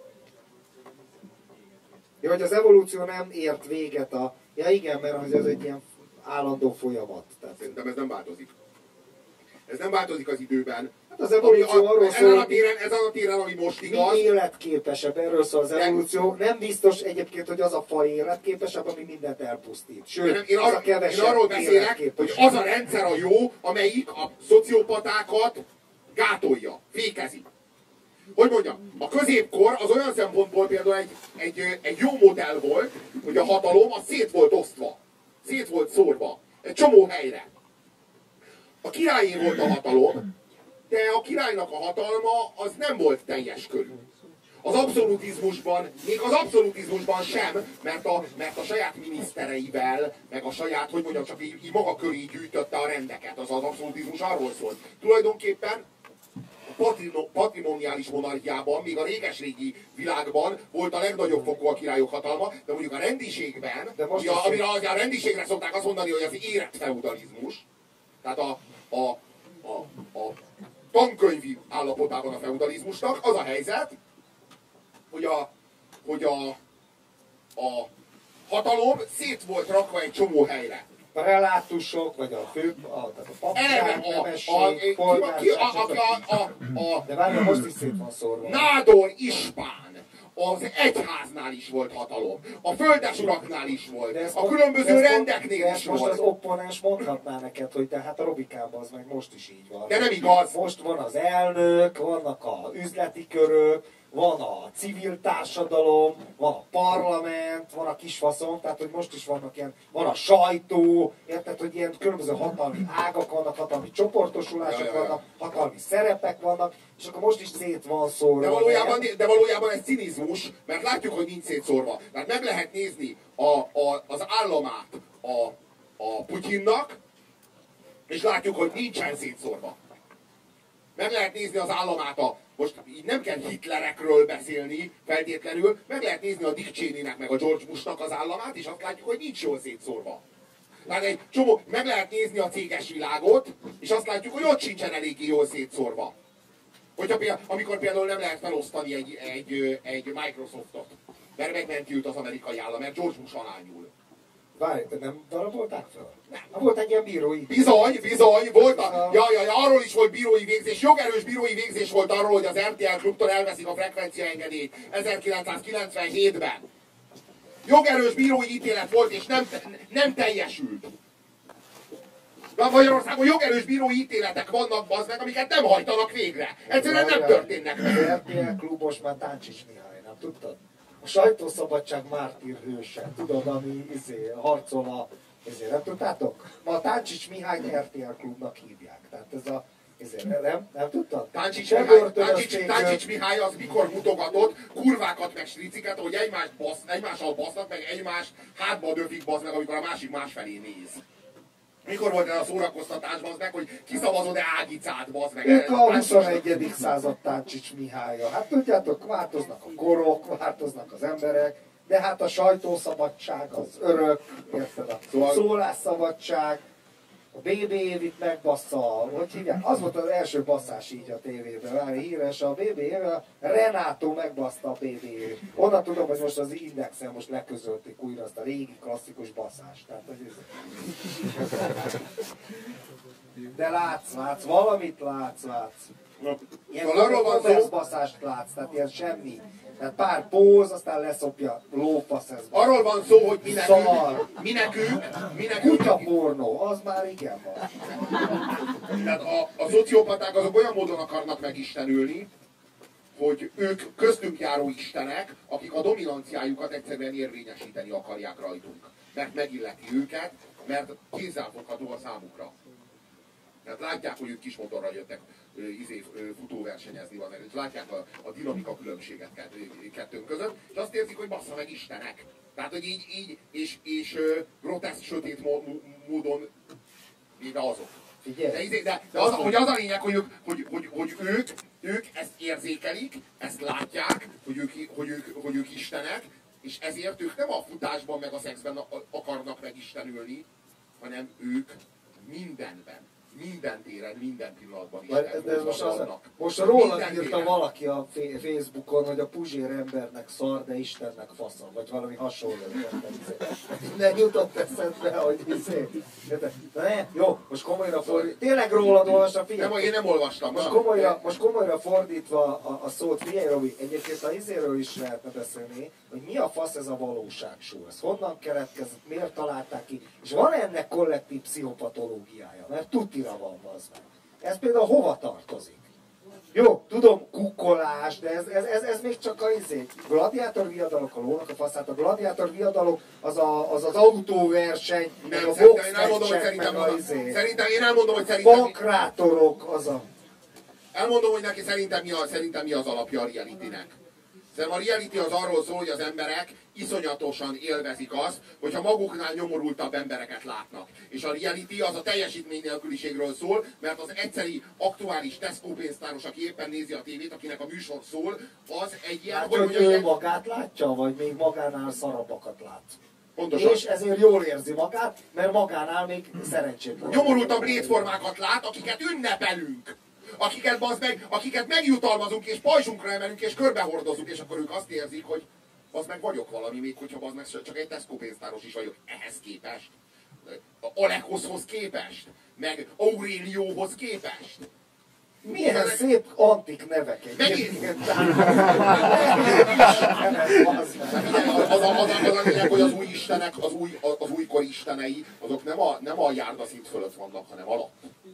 Ja, hogy az evolúció nem ért véget a... Ja igen, mert ez egy ilyen állandó folyamat. Tehát... Szerintem ez nem változik. Ez nem változik az időben. Hát az evolúció arról szól, ezen a téren, ami most igaz. Mi életképesebb, erről szól az evolúció. Nem biztos egyébként, hogy az a faj életképesebb, ami mindent elpusztít. Sőt, én arról beszélek, hogy az a rendszer a jó, amelyik a szociopatákat gátolja, fékezi. Hogy mondjam, a középkor az olyan szempontból például egy jó modell volt, hogy a hatalom az szét volt osztva, szét volt szórva, egy csomó helyre. A királyé volt a hatalom, de a királynak a hatalma az nem volt teljes körű. Az abszolutizmusban, még az abszolutizmusban sem, mert a saját minisztereivel, meg a saját, hogy mondjam, csak így maga köré gyűjtötte a rendeket. Az abszolutizmus arról szólt. Tulajdonképpen patrimoniális monarchiában, még a réges-régi világban volt a legnagyobb fokú a királyok hatalma, de mondjuk a rendiségben, amire a rendiségre szokták azt mondani, hogy az érett feudalizmus, tehát a tankönyvi állapotában a feudalizmusnak, az a helyzet, hogy a hatalom szét volt rakva egy csomó helyre. A relátusok, vagy a papság, nemesség, de várjál, most is szét van szórva. Nádor Ispán az egyháznál is volt hatalom, a földesuraknál is volt, a különböző rendeknél is volt. Most az opponens mondhatná neked, hogy tehát a Robikában az meg most is így van. De nem igaz. Most van az elnök, vannak a üzleti körök, van a civil társadalom, van a parlament, van a kisfaszom, tehát hogy most is vannak ilyen, van a sajtó, érted, hogy ilyen különböző hatalmi ágak vannak, hatalmi csoportosulások vannak, hatalmi szerepek vannak, és akkor most is szét van szórva. De valójában ez cinizmus, mert látjuk, hogy nincs szétszórva. Tehát meg lehet nézni az államát a Putyinnak, És látjuk, hogy nincsen szétszórva. Meg lehet nézni az államát, most így nem kell Hitlerekről beszélni feltétlenül, meg lehet nézni a Dick Cheneynek meg a George Bushnak az államát, és azt látjuk, hogy nincs jól szétszórva. Tehát egy csomó, meg lehet nézni a céges világot, és azt látjuk, hogy ott sincsen eléggé jól szétszórva. Amikor például nem lehet felosztani egy Microsoftot, mert megmentült az amerikai állam, mert George Bush alá nyúl. Várj, nem darabolták fel? Nem. Volt egy ilyen bírói. Bizony, volt arról is volt bírói végzés, jogerős bírói végzés volt arról, hogy az RTL klubtól elveszik a frekvenciaengedélyt 1997-ben. Jogerős bírói ítélet volt, és nem teljesült. De Magyarországon jogerős bírói ítéletek vannak, bazd meg, amiket nem hajtanak végre. Egyszerűen nem történnek meg. Az RTL klub most már Táncsics Mihály, nem tudtad? A sajtószabadság mártír hőse, tudod, ami harcol a... nem tudtátok? Ma a Táncsics Mihályt RTL klubnak hívják. Tehát ez a... nem tudtad? Táncsics Mihály az mikor mutogatott kurvákat meg striciket, hogy egymással basznak, meg egymást hátba döfik, bazd meg, amikor a másik másfelé néz. Mikor volt ez a szórakoztatás, bazd meg, hogy kiszavazod-e Ágicát, bazd meg? Ők a 21. század Táncsics Mihálya. Hát tudjátok, változnak a korok, változnak az emberek, de hát a sajtószabadság az örök, érted? A szólásszabadság, a BB Évit megbassza, hogy hívják? Az volt az első basszás így a tévében, várj, híres a BB Éve, Renátó megbaszta a BB Évit. Onnan tudom, hogy most az Indexen most leközölték újra azt a régi klasszikus basszást. Tehát, hogy de látsz, valamit látsz. Ilyen basszást látsz, tehát ilyen semmi. Tehát pár póz, aztán leszopja, lófasz ez. Arról van szó, hogy mi nekünk. Kutyapornó, az már igen van. Tehát a szociopaták azok olyan módon akarnak megistenülni, hogy ők köztünk járó istenek, akik a dominanciájukat egyszerűen érvényesíteni akarják rajtunk. Mert megilleti őket, mert kézzelfogható a számukra. Tehát látják, hogy ők kis motorra jöttek futóversenyezni, és látják a dinamika különbséget kettőnk között, és azt érzik, hogy bassza meg istenek. Tehát, hogy így és groteszk, sötét módon véve azok. De az a lényeg, hogy ők ezt érzékelik, ezt látják, hogy ők istenek, és ezért ők nem a futásban meg a szexben akarnak megistenülni, hanem ők mindenben. Minden téren, minden pillanatban is most rólad írta valaki a Facebookon, hogy a Puzsér embernek szar, de Istennek faszom, vagy valami hasonló. Nem jutott eszedbe, hogy jó, most komolyra fordítva. Tényleg rólad olvastam, figyelj. Nem, én nem olvastam. Most komolyra fordítva a szót, figyelj Robi, egyébként a izéről is lehetne beszélni, hogy mi a fasz ez a valóságsó, ez honnan keletkezett, miért találták ki, és van ennek kollektív pszichopatológiája, mert tutira van az meg. Ez például hova tartozik? Jó, tudom, kukkolás, de ez még csak a gladiátor viadalok, a lónak a faszát, a gladiátor viadalok az autóverseny, nem, a szerintem én elmondom, hogy szerintem... Bankrátorok, az a... Elmondom, hogy neki szerintem mi az alapja a realitynek. Szerintem a reality az arról szól, hogy az emberek iszonyatosan élvezik azt, hogyha maguknál nyomorultabb embereket látnak. És a reality az a teljesítmény nélküliségről szól, mert az egyszeri aktuális Tesco pénztáros, aki éppen nézi a tévét, akinek a műsor szól, az egy ilyen... Hát, hogy ő magát látja, vagy még magánál szarabbakat lát? Pontosan. És ezért jól érzi magát, mert magánál még szerencsétlen. Nyomorultabb létformákat lát, akiket ünnepelünk. Akiket megjutalmazunk, és pajzsunkra emelünk, és körbehordozunk, és akkor ők azt érzik, hogy az meg vagyok valami, még hogyha az meg csak egy Tesco pénztáros is vagyok. Ehhez képest, Olekoshoz képest, meg Aurélióhoz képest. Milyen szép antik nevek egyébként. Az a lényeg, hogy az új istenek, az újkor istenei, azok nem a járdaszint fölött vannak, hanem alatt.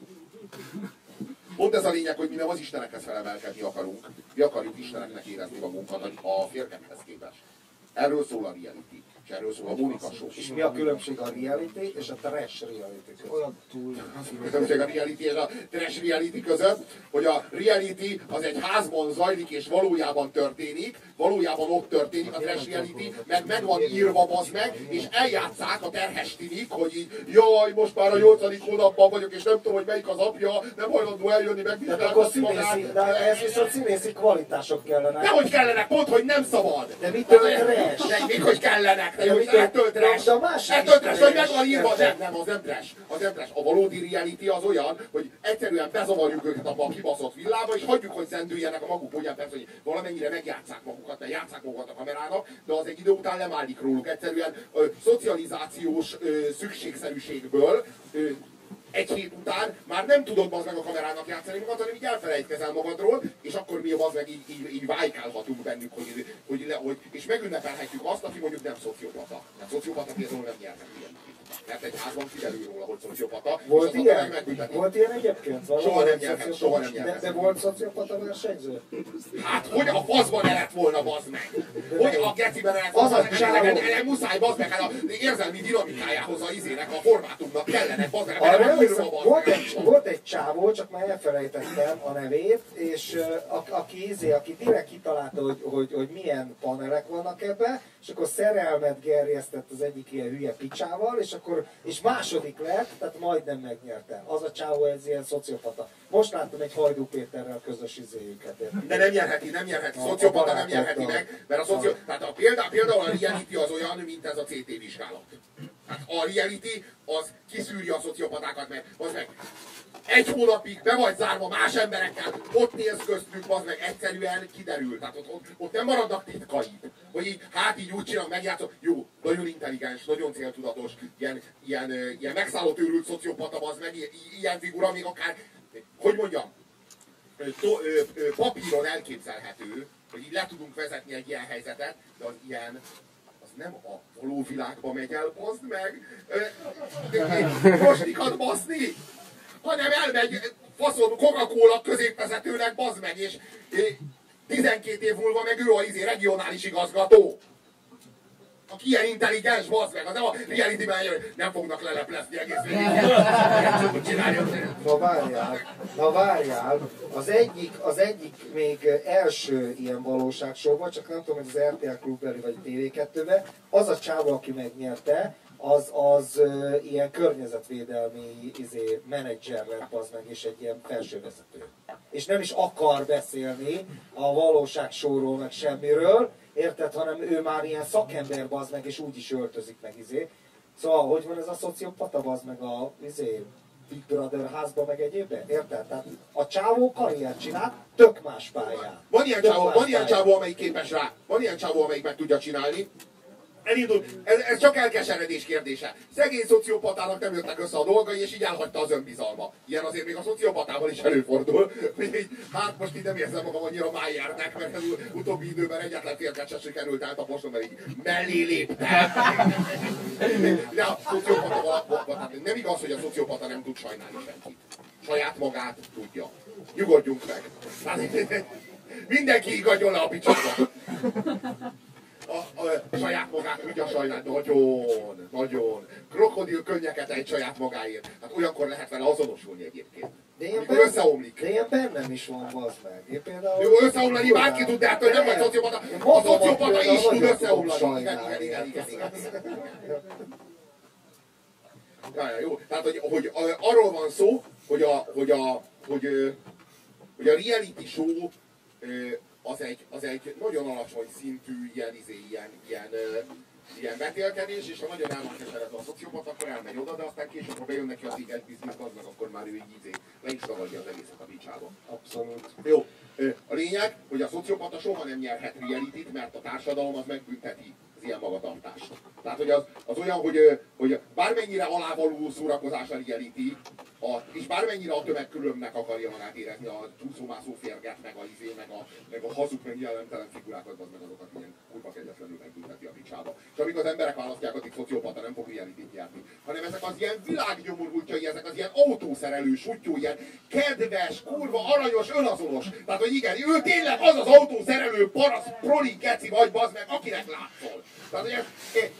Pont ez a lényeg, hogy mi nem az istenekhez felemelkedni akarunk. Mi akarjuk isteneknek érezni magunkat a férkekhez képest. Erről szól a reality. És erről szól a Mónika Show. És mi a különbség a reality és a trash reality között? Olyan túl. A különbség a reality és a trash reality között, hogy a reality az egy házban zajlik és valójában történik, valójában ott történik, a trash reality meg van írva, bazd meg, és eljátszák a terhes tinik, hogy így, jaj, most már a 8. hónapban vagyok, és nem tudom, hogy melyik az apja, nem hajlandó eljönni, megvizsgáltatni magát. De ez viszont színészi kvalitások kellene. Nehogy kellenek, pont, hogy nem szabad. De mitől trash? De még hogy kellenek, de De hogy mitől- ettől trash. de a másik Ettől is trash, hogy trash. meg van írva, nem, az nem trash. Az nem trash. A valódi reality az olyan, hogy egyszerűen bezavarjuk őket abba a kibaszott villába, és hagyjuk, hogy zendüljenek a maguk ugyan, persze, hogy valamennyire megjátszák magukat, mert játszák magukat a kamerának, de az egy idő után lemálik róluk. Egyszerűen szocializációs szükségszerűségből egy hét után már nem tudod bazd meg a kamerának játszani magad, hanem így elfelejtkezel magadról, és akkor mi bazd meg így vájkálhatunk bennük, és megünnepelhetjük azt, aki mondjuk nem szociopata. Mert szociopata például nem nyernek ilyen. Mert egy házban kiderül róla, hogy szociopata. Volt és ilyen? megbünteti. Volt ilyen egyébként? Soha nem nyerhet, soha nem nyerhet. De volt szociopata versenyző? Hát, hogy a faszban ne lett volna, bazd meg? Hogy a geciben ne lett volna, Az a csávó. muszáj, bazd meg, hát az érzelmi dinamikájához a izének, a formátumnak kellenek, bazd meg, Arra mert nem emlékszem, írva, bazd meg. volt egy csávó, csak már elfelejtettem a nevét, és aki direkt kitalálta, hogy milyen panelek vannak ebbe, és akkor szerelmet gerjesztett az egyik ilyen hülye picsával, és második lett, tehát majdnem megnyerte. Az a csávó egy ilyen szociopata. Most láttam egy Hajdú Péterrel közös izéjüket. De nem nyerheti. Szociopata nem nyerheti meg, mert tehát például a reality az olyan, mint ez a CT vizsgálat. Hát a reality az kiszűri a szociopatákat, mert az meg egy hónapig be vagy zárva más emberekkel, ott néz köztük, az meg egyszerűen kiderül. Tehát ott nem maradnak titkaid. Hogy így, hát így úgy csinál, megjátszol. Jó, nagyon intelligens, nagyon céltudatos, ilyen megszállott őrült szociopata, az meg ilyen figura, még akár, hogy mondjam, papíron elképzelhető, hogy így le tudunk vezetni egy ilyen helyzetet, de az ilyen, az nem a való világba megy el, baszd meg, mosnikat baszni, hanem elmegy faszon Coca-Cola középvezetőnek, baszd meg, és 12 év múlva meg ő a regionális igazgató. Aki ilyen intelligens, baszd meg, az nem a reality-ben nem fognak leleplezni egész végig. Na várjál, az egyik még első ilyen valóságshow volt, csak nem tudom, hogy az RTL Klubbeli vagy TV2-ben, az a csávó, aki megnyerte, az ilyen környezetvédelmi menedzser lett, az meg, és egy ilyen felsővezető. És nem is akar beszélni a valóságshowról, meg semmiről, érted, hanem ő már ilyen szakember, bazd meg, és úgy is öltözik meg, Szóval, hogy van ez a szociopata, bazd meg a Big Brother házba, meg egyébben, érted? Tehát a csávó karriert csinál, tök más pályán. Van ilyen csávó, amelyik képes rá. Van ilyen csávó, amelyik meg tudja csinálni. Elindult, ez csak elkeseredés kérdése. Szegény szociopatának nem jöttek össze a dolgai, és így elhagyta az önbizalma. Ilyen azért még a szociopatával is előfordul, hogy így, hát most így nem érzem magam annyira Májernek, mert az utóbbi időben egyetlen félket se sikerült eltaposnom, mert így mellé léptem. De a szociopata, nem igaz, hogy a szociopata nem tud sajnálni senkit. Saját magát tudja. Nyugodjunk meg. Mindenki igadjon le a picsába. A saját magát tudja sajnálni, nagyon. Krokodil könnyeket egy saját magáért. Hát olyankor lehet vele azonosulni egyébként. Amikor összeomlik. De ilyen bennem is van, bazd meg. Én például... Jó, összeomlani bárki tud, de hát nem vagy szociopata. A szociopata is tud összeomlani. Igen. Ja, jó. Tehát, hogy arról van szó, hogy a reality show az egy nagyon alacsony szintű ilyen vetélkedés, és ha nagyon el van keseredve a szociopata, akkor elmegy oda, de aztán később, ha bejön neki a céges biznisz, az meg akkor már ő így le is tagadja az egészet a picsába. Abszolút. Jó. A lényeg, hogy a szociopata soha nem nyerhet reality-t, mert a társadalom az megbünteti az ilyen magatartást. Tehát, hogy az olyan, hogy bármennyire alávaló szórakozás a reality, és bármennyire a tömegkülönnek akarja magát érezni a csúszómászó férget, meg a hazug, meg jellemtelen figurákat, az meg azokat ilyen kurva kegyetlenül megbünteti a picsába. És amíg az emberek választják, addig szociopata nem fog reality-t nyerni. Hanem ezek az ilyen világnyomorultjai, ezek az ilyen autószerelő sutyó, ilyen kedves, kurva, aranyos, önazonos. Tehát, hogy igen, ő tényleg az az autószerelő, parasz, proli, geci vagy, bazd meg, akinek látszol. Tehát, hogy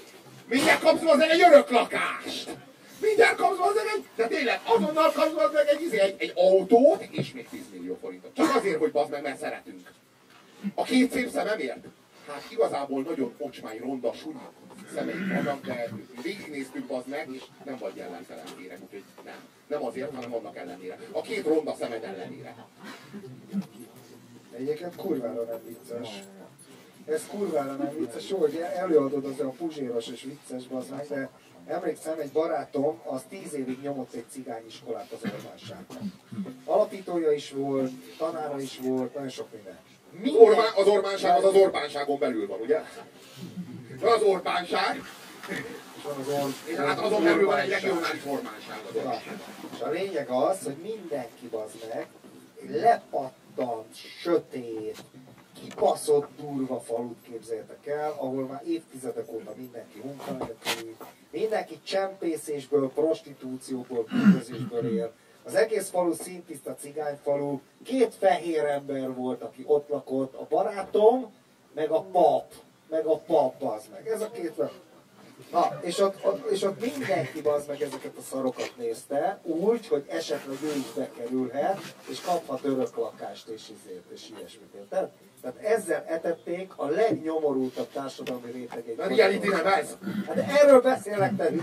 Mindjárt kapsz hozzá egy örök lakást! Mindjárt kapsz hozzá de tényleg azonnal kapsz hozzá egy autót, és még 10 millió forintot. Csak azért, hogy bazd meg, mert szeretünk. A két szép szememért? Hát igazából nagyon ocsmány, ronda, sunyi szemeik vannak, de végignéztük bazd meg, és nem vagy jellentelen kérem, úgyhogy nem. Nem azért, hanem annak ellenére. A két ronda szemed ellenére. Egyébként kurvára nem vicces. Ez kurvára nem vicces, jó, hogy előadod az a puzséros és vicces bazd meg, de emlékszem, egy barátom, az 10 évig nyomott egy cigányiskolát az Orbánságban. Alapítója is volt, tanára is volt, nagyon sok minden. Az Orbánság az Orbánságon belül van, ugye? Az Orbánság, és hát azon belül van egy regionális Orbánság. És a lényeg az, hogy mindenki bazd meg, lepattant, sötét, kibaszott durva falut képzeljetek el, ahol már évtizedek óta mindenki munkanélkül, mindenki csempészésből, prostitúcióból, bűnözésből él. Az egész falu szintiszta cigányfalu, 2 fehér ember volt, aki ott lakott, a barátom, meg a pap, bazd meg. Ez a 2. Na, és ott mindenki bazd meg ezeket a szarokat nézte, úgy, hogy esetleg ő is bekerülhet, és kaphat örök lakást és ilyesmit, érted? Tehát ezzel etették a legnyomorultabb társadalmi rétegét. A reality nem ez? Hát erről beszélek, te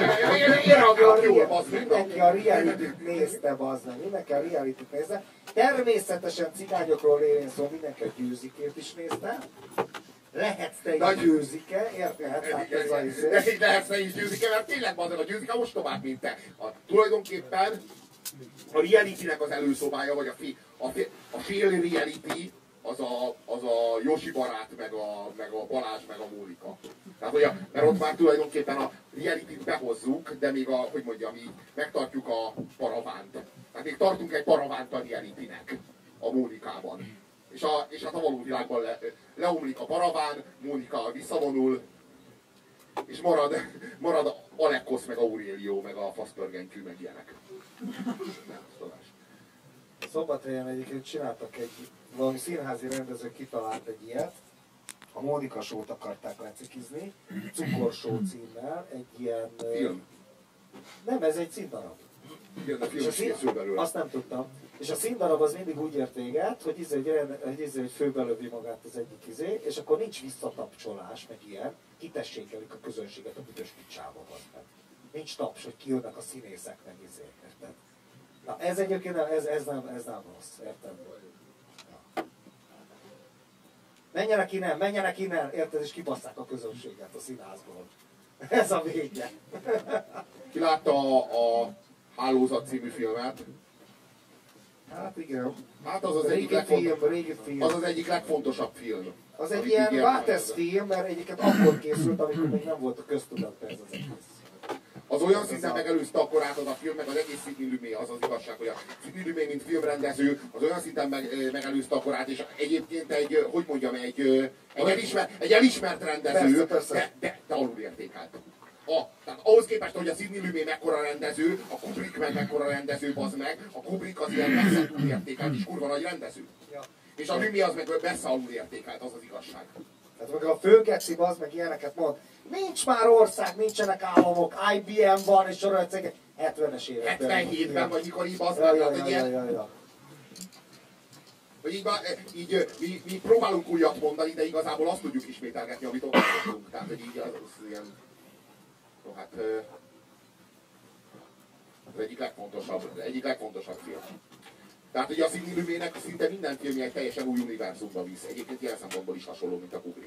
mindenki a reality-t nézte, bazd meg, mindenki a reality-t nézte. Természetesen cigányokról lévén szó, mindenki a győzikét is nézte. Lehetsz te is győzike, érted? Hát ez a izé. De így lehetsz te is győzike, mert tényleg bazd, a győzike most tovább, mint te. Tulajdonképpen a reality-nek az előszobája, vagy a fél reality, az a Josi barát, meg a Balázs, meg a Mónika. Tehát, mert ott már tulajdonképpen a reality-t behozzuk, de még mi megtartjuk a paravánt. Tehát még tartunk egy paravánt a reality-nek a Mónikában. És hát a való világban leomlik a paraván, Mónika visszavonul, és marad Alekkosz, meg Aurélio, meg a faszpörgentyű, meg ilyenek. Nem, tudás. Szombathelyen egyébként csináltak valami színházi rendező kitalált egy ilyet, a Mónika Show-t akarták lecikizni, Cukorshow címmel, egy ilyen... Film. Nem, ez egy színdarab. Igen, a film is készül belőle. Azt nem tudtam. És a színdarab az mindig úgy ért véget, hogy főbelövi magát az egyik és akkor nincs visszatapcsolás, meg ilyen, kitessékelik a közönséget a büdös picsába. Nincs taps, hogy kijönnek a színészek, meg érted? Na ez egyébként ez nem rossz, érted? Ja. Menjenek innen, érted, és kibasszák a közönséget a színházból. Ez a vége. Ki látta a Hálózat című filmet? Hát igen. Hát az az egyik legfontosabb film. Az egy ilyen Vátesz film, mert egyiket akkor készült, amikor még nem volt a köztudatban ez az egész. Az olyan szinten megelőzte a korát az a film, meg az egész Sidney Lumet, az az igazság, hogy a Sidney Lumet, mint filmrendező, az olyan szinten megelőzte a korát, és egyébként egy elismert rendező, persze. de alulértékelt. Tehát ahhoz képest, hogy a Sidney Lumet mekkora rendező, a Kubrick meg mekkora rendező, bazd meg, a Kubrick az ilyen messze túlértékelt és kurva nagy rendező. Ja. És a Lumet az meg messze alulértékelt, az az igazság. Tehát meg a főgeci, bazd meg ilyeneket mond, nincs már ország, nincsenek államok, IBM van, és sorol cégek, 70-es években. 77-ben, vagy mikor így bazd meg, hogy ilyen... Hogy így mi próbálunk újat mondani, de igazából azt tudjuk ismételgetni, amit ott mondunk. Tehát, hogy így az ilyen... No, hát... Az egyik legfontosabb film. Tehát ugye a Sidney Lumetnek szinte minden filmje egy teljesen új univerzumba visz. Egyébként ilyen szempontból is hasonló, mint a Kubrick.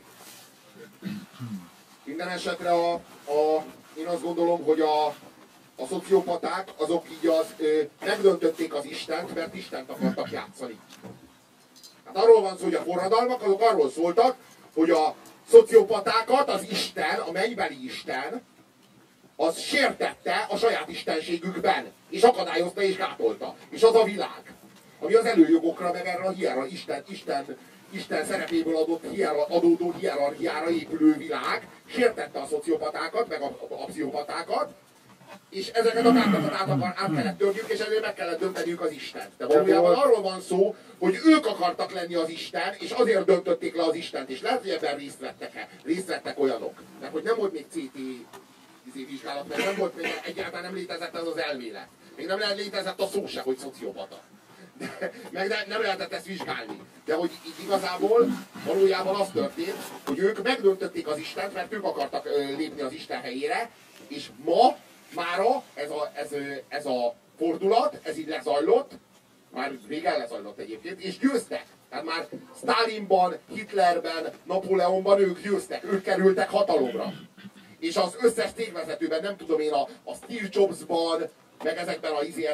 Minden esetre én azt gondolom, hogy a szociopaták azok így megdöntötték az Istent, mert Istent akartak játszani. Hát arról van szó, hogy a forradalmak azok arról szóltak, hogy a szociopatákat az Isten, a mennybeli Isten, az sértette a saját istenségükben, és akadályozta és gátolta. És az a világ, ami az előjogokra, meg erre a Isten szerepéből adódó hierarchiára épülő világ, sértette a szociopatákat, meg a pszichopatákat, És ezeket a kártyákat át kellett törniük, és ezért meg kellett dönteniük az Istent. De valójában arról van szó, hogy ők akartak lenni az Isten, és azért döntötték le az Istent. És lehet, hogy ebben részt vettek olyanok. Mert hogy nem volt még CT vizsgálat, mert nem volt még, egyáltalán nem létezett ez az elmélet. Még nem létezett a szó se, hogy szociopata. Meg nem lehetett ezt vizsgálni. De hogy így igazából valójában az történt, hogy ők megdöntötték az Istent, mert ők akartak lépni az Isten helyére, és mára ez a fordulat, ez így lezajlott, már régen lezajlott egyébként, és győztek. Tehát már Sztálinban, Hitlerben, Napóleonban ők győztek, ők kerültek hatalomra. És az összes cégvezetőben, nem tudom én, a Steve Jobsban, meg ezekben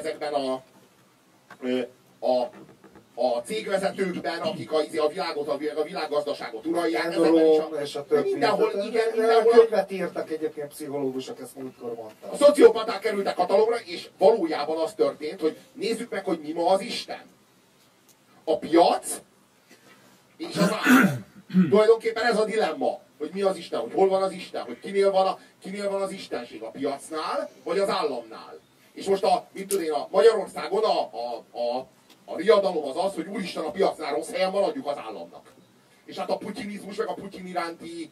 a cégvezetőkben, akik a világot, a világgazdaságot uralják, ezekben is a többi. mindenhol, Könyvet írtak egyébként pszichológusok, ezt múltkor mondtam. A szociopaták kerültek hatalomra, és valójában az történt, hogy nézzük meg, hogy mi ma az Isten. A piac és az állam. Tulajdonképpen ez a dilemma, hogy mi az Isten, hogy hol van az Isten, hogy kinél van az istenség, a piacnál, vagy az államnál. És most mint tudom én, Magyarországon a riadalom az az, hogy úristen, a piacnál rossz helyen van, adjuk az államnak. És hát a putinizmus, meg a Putyin iránti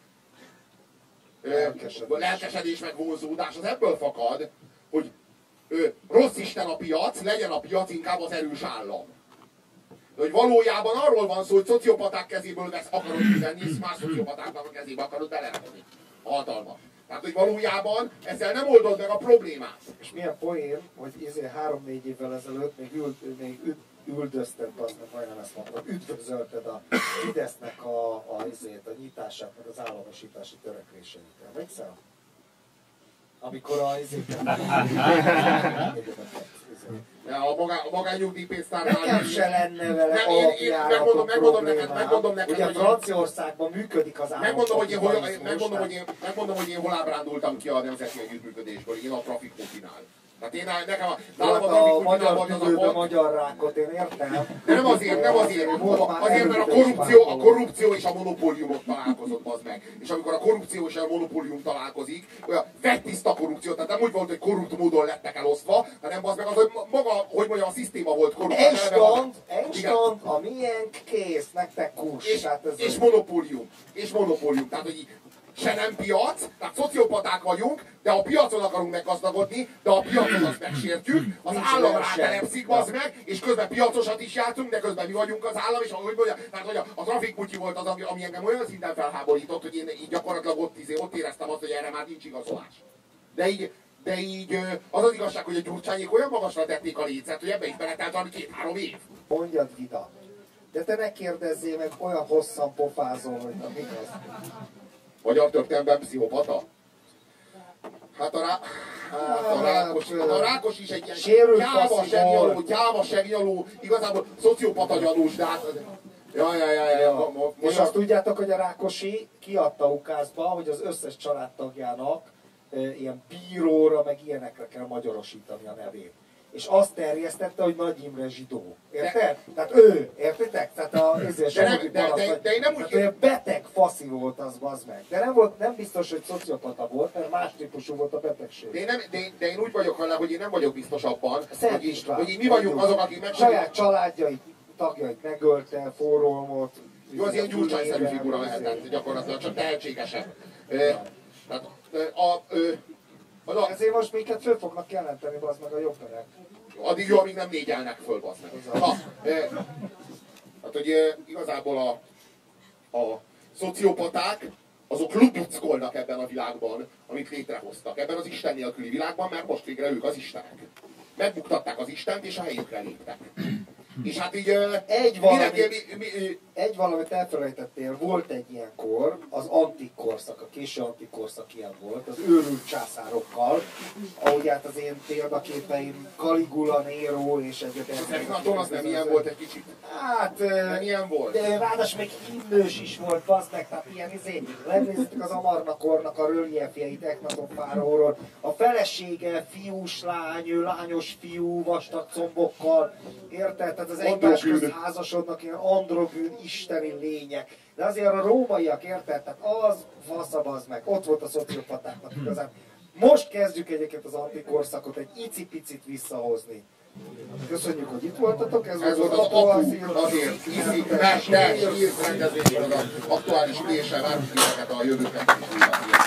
lelkesedés, meg vonzódás, az ebből fakad, hogy rossz Isten a piac, legyen a piac inkább az erős állam. De hogy valójában arról van szó, hogy szociopaták kezéből akarod kivenni, és más szociopatáknak a kezébe akarod belerakni a hatalmat. Tehát, hogy valójában ezzel nem oldod meg a problémát. És milyen poén, hogy 3-4 évvel ezelőtt még üldözted, majdnem ezt mondtam, üdvözölted a Fidesznek a nyitását, meg az államosítási törekvéseit. Emlékszel? Amikor a a magányugdíjpénztárnál... Nekem se lenne vele alapjáraton megmondom neked, ugye Franciaországban működik az államkapitalizmus. Megmondom, hogy én hol ábrándultam ki a nemzeti együttműködésből. Én a Trafikmutinál. Tehát nekem a magyar tüdőbe magyar rákot, én értem. De nem azért, mert a korrupció és a monopóliumok találkozott, az meg. És amikor a korrupció és a monopólium találkozik, olyan fettiszta korrupció, tehát nem úgy volt, hogy korrupt módon lettek elosztva, hanem az meg az, hogy maga, hogy mondjam, a szisztéma volt korrupt. Instant, a miénk kész, nektek kurs. És monopólium. Tehát, hogy se nem piac, tehát szociopaták vagyunk, de a piacon akarunk meggazdagodni, de a piacon azt megsértjük, az állam rátelepszik, bazd meg, és közben piacosat is játszunk, de közben mi vagyunk az állam, és ahogy mondja, tehát hogy a trafikmutyi volt az, ami engem olyan szinten felháborított, hogy én így gyakorlatilag ott éreztem azt, hogy erre már nincs igazolás. De így az az igazság, hogy a Gyurcsányék olyan magasra tették a lécet, hogy ebbe is beletelt valami 2-3 év. Mondjad, Vida, de te ne kérdezzél meg, olyan hosszan pofázol, hogy na igaz. Magyar történelemben pszichopata? Hát a rákos is egy ilyen gyáva segnyaló, igazából szociopata gyanús, de hát... És azt tudjátok, hogy a Rákosi kiadta ukázba, hogy az összes családtagjának ilyen bíróra, meg ilyenekre kell magyarosítani a nevét. És azt terjesztette, hogy Nagy Imre zsidó. Érted? Tehát ő, értitek? Tehát de én nem úgy... Tehát beteg faszi volt az, bazd meg. De nem biztos, hogy szociopata volt, mert más típusú volt a betegség. De én úgy vagyok vele, hogy én nem vagyok biztos abban, hogy mi vagyunk azok, akik saját családjait, tagjait megölte, forrólmot. Jó, az ilyen Gyurcsány-szerű figura lehetett, gyakorlatilag csak tehetségesebb. Ezért most minket föl fognak jelenteni, bazd meg a jogterek. Addig jó, amíg nem négyelnek föl, bazd meg. Hát, hogy igazából a szociopaták, azok lubickolnak ebben a világban, amit létrehoztak. Ebben az Isten nélküli világban, mert most végre ők az Istenek. Megbuktatták az Istent, és a helyükre léptek. És hát így... Egy valamit elfelejtettél, volt egy ilyen kor, az antik korszak, a késő antik korszak ilyen volt, az őrült császárokkal, ahogy hát az én példaképeim Caligula, Nero és egyébként... Az nem ilyen volt egy kicsit. Hát... Nem ilyen volt. De ráadásul még himnős is volt, bazd meg, tehát ilyen megnézzetek az Amarnakornak a röljefjeit Eknaton fáraóról. A felesége fiús lány, ő lányos fiú, vastag combokkal, érted? Tehát az egymás közt házasodnak ilyen androgyn, isteni lények. De azért a rómaiak, érted? Tehát az faszabaz meg. Ott volt a szociopatáknak igazán. Most kezdjük egyébként az antikorszakot egy icipicit visszahozni. Köszönjük, hogy itt voltatok, Ez volt az APU, azért iszik, mester, hírrendezvény, az aktuális ülése, várjuk a jövőben is.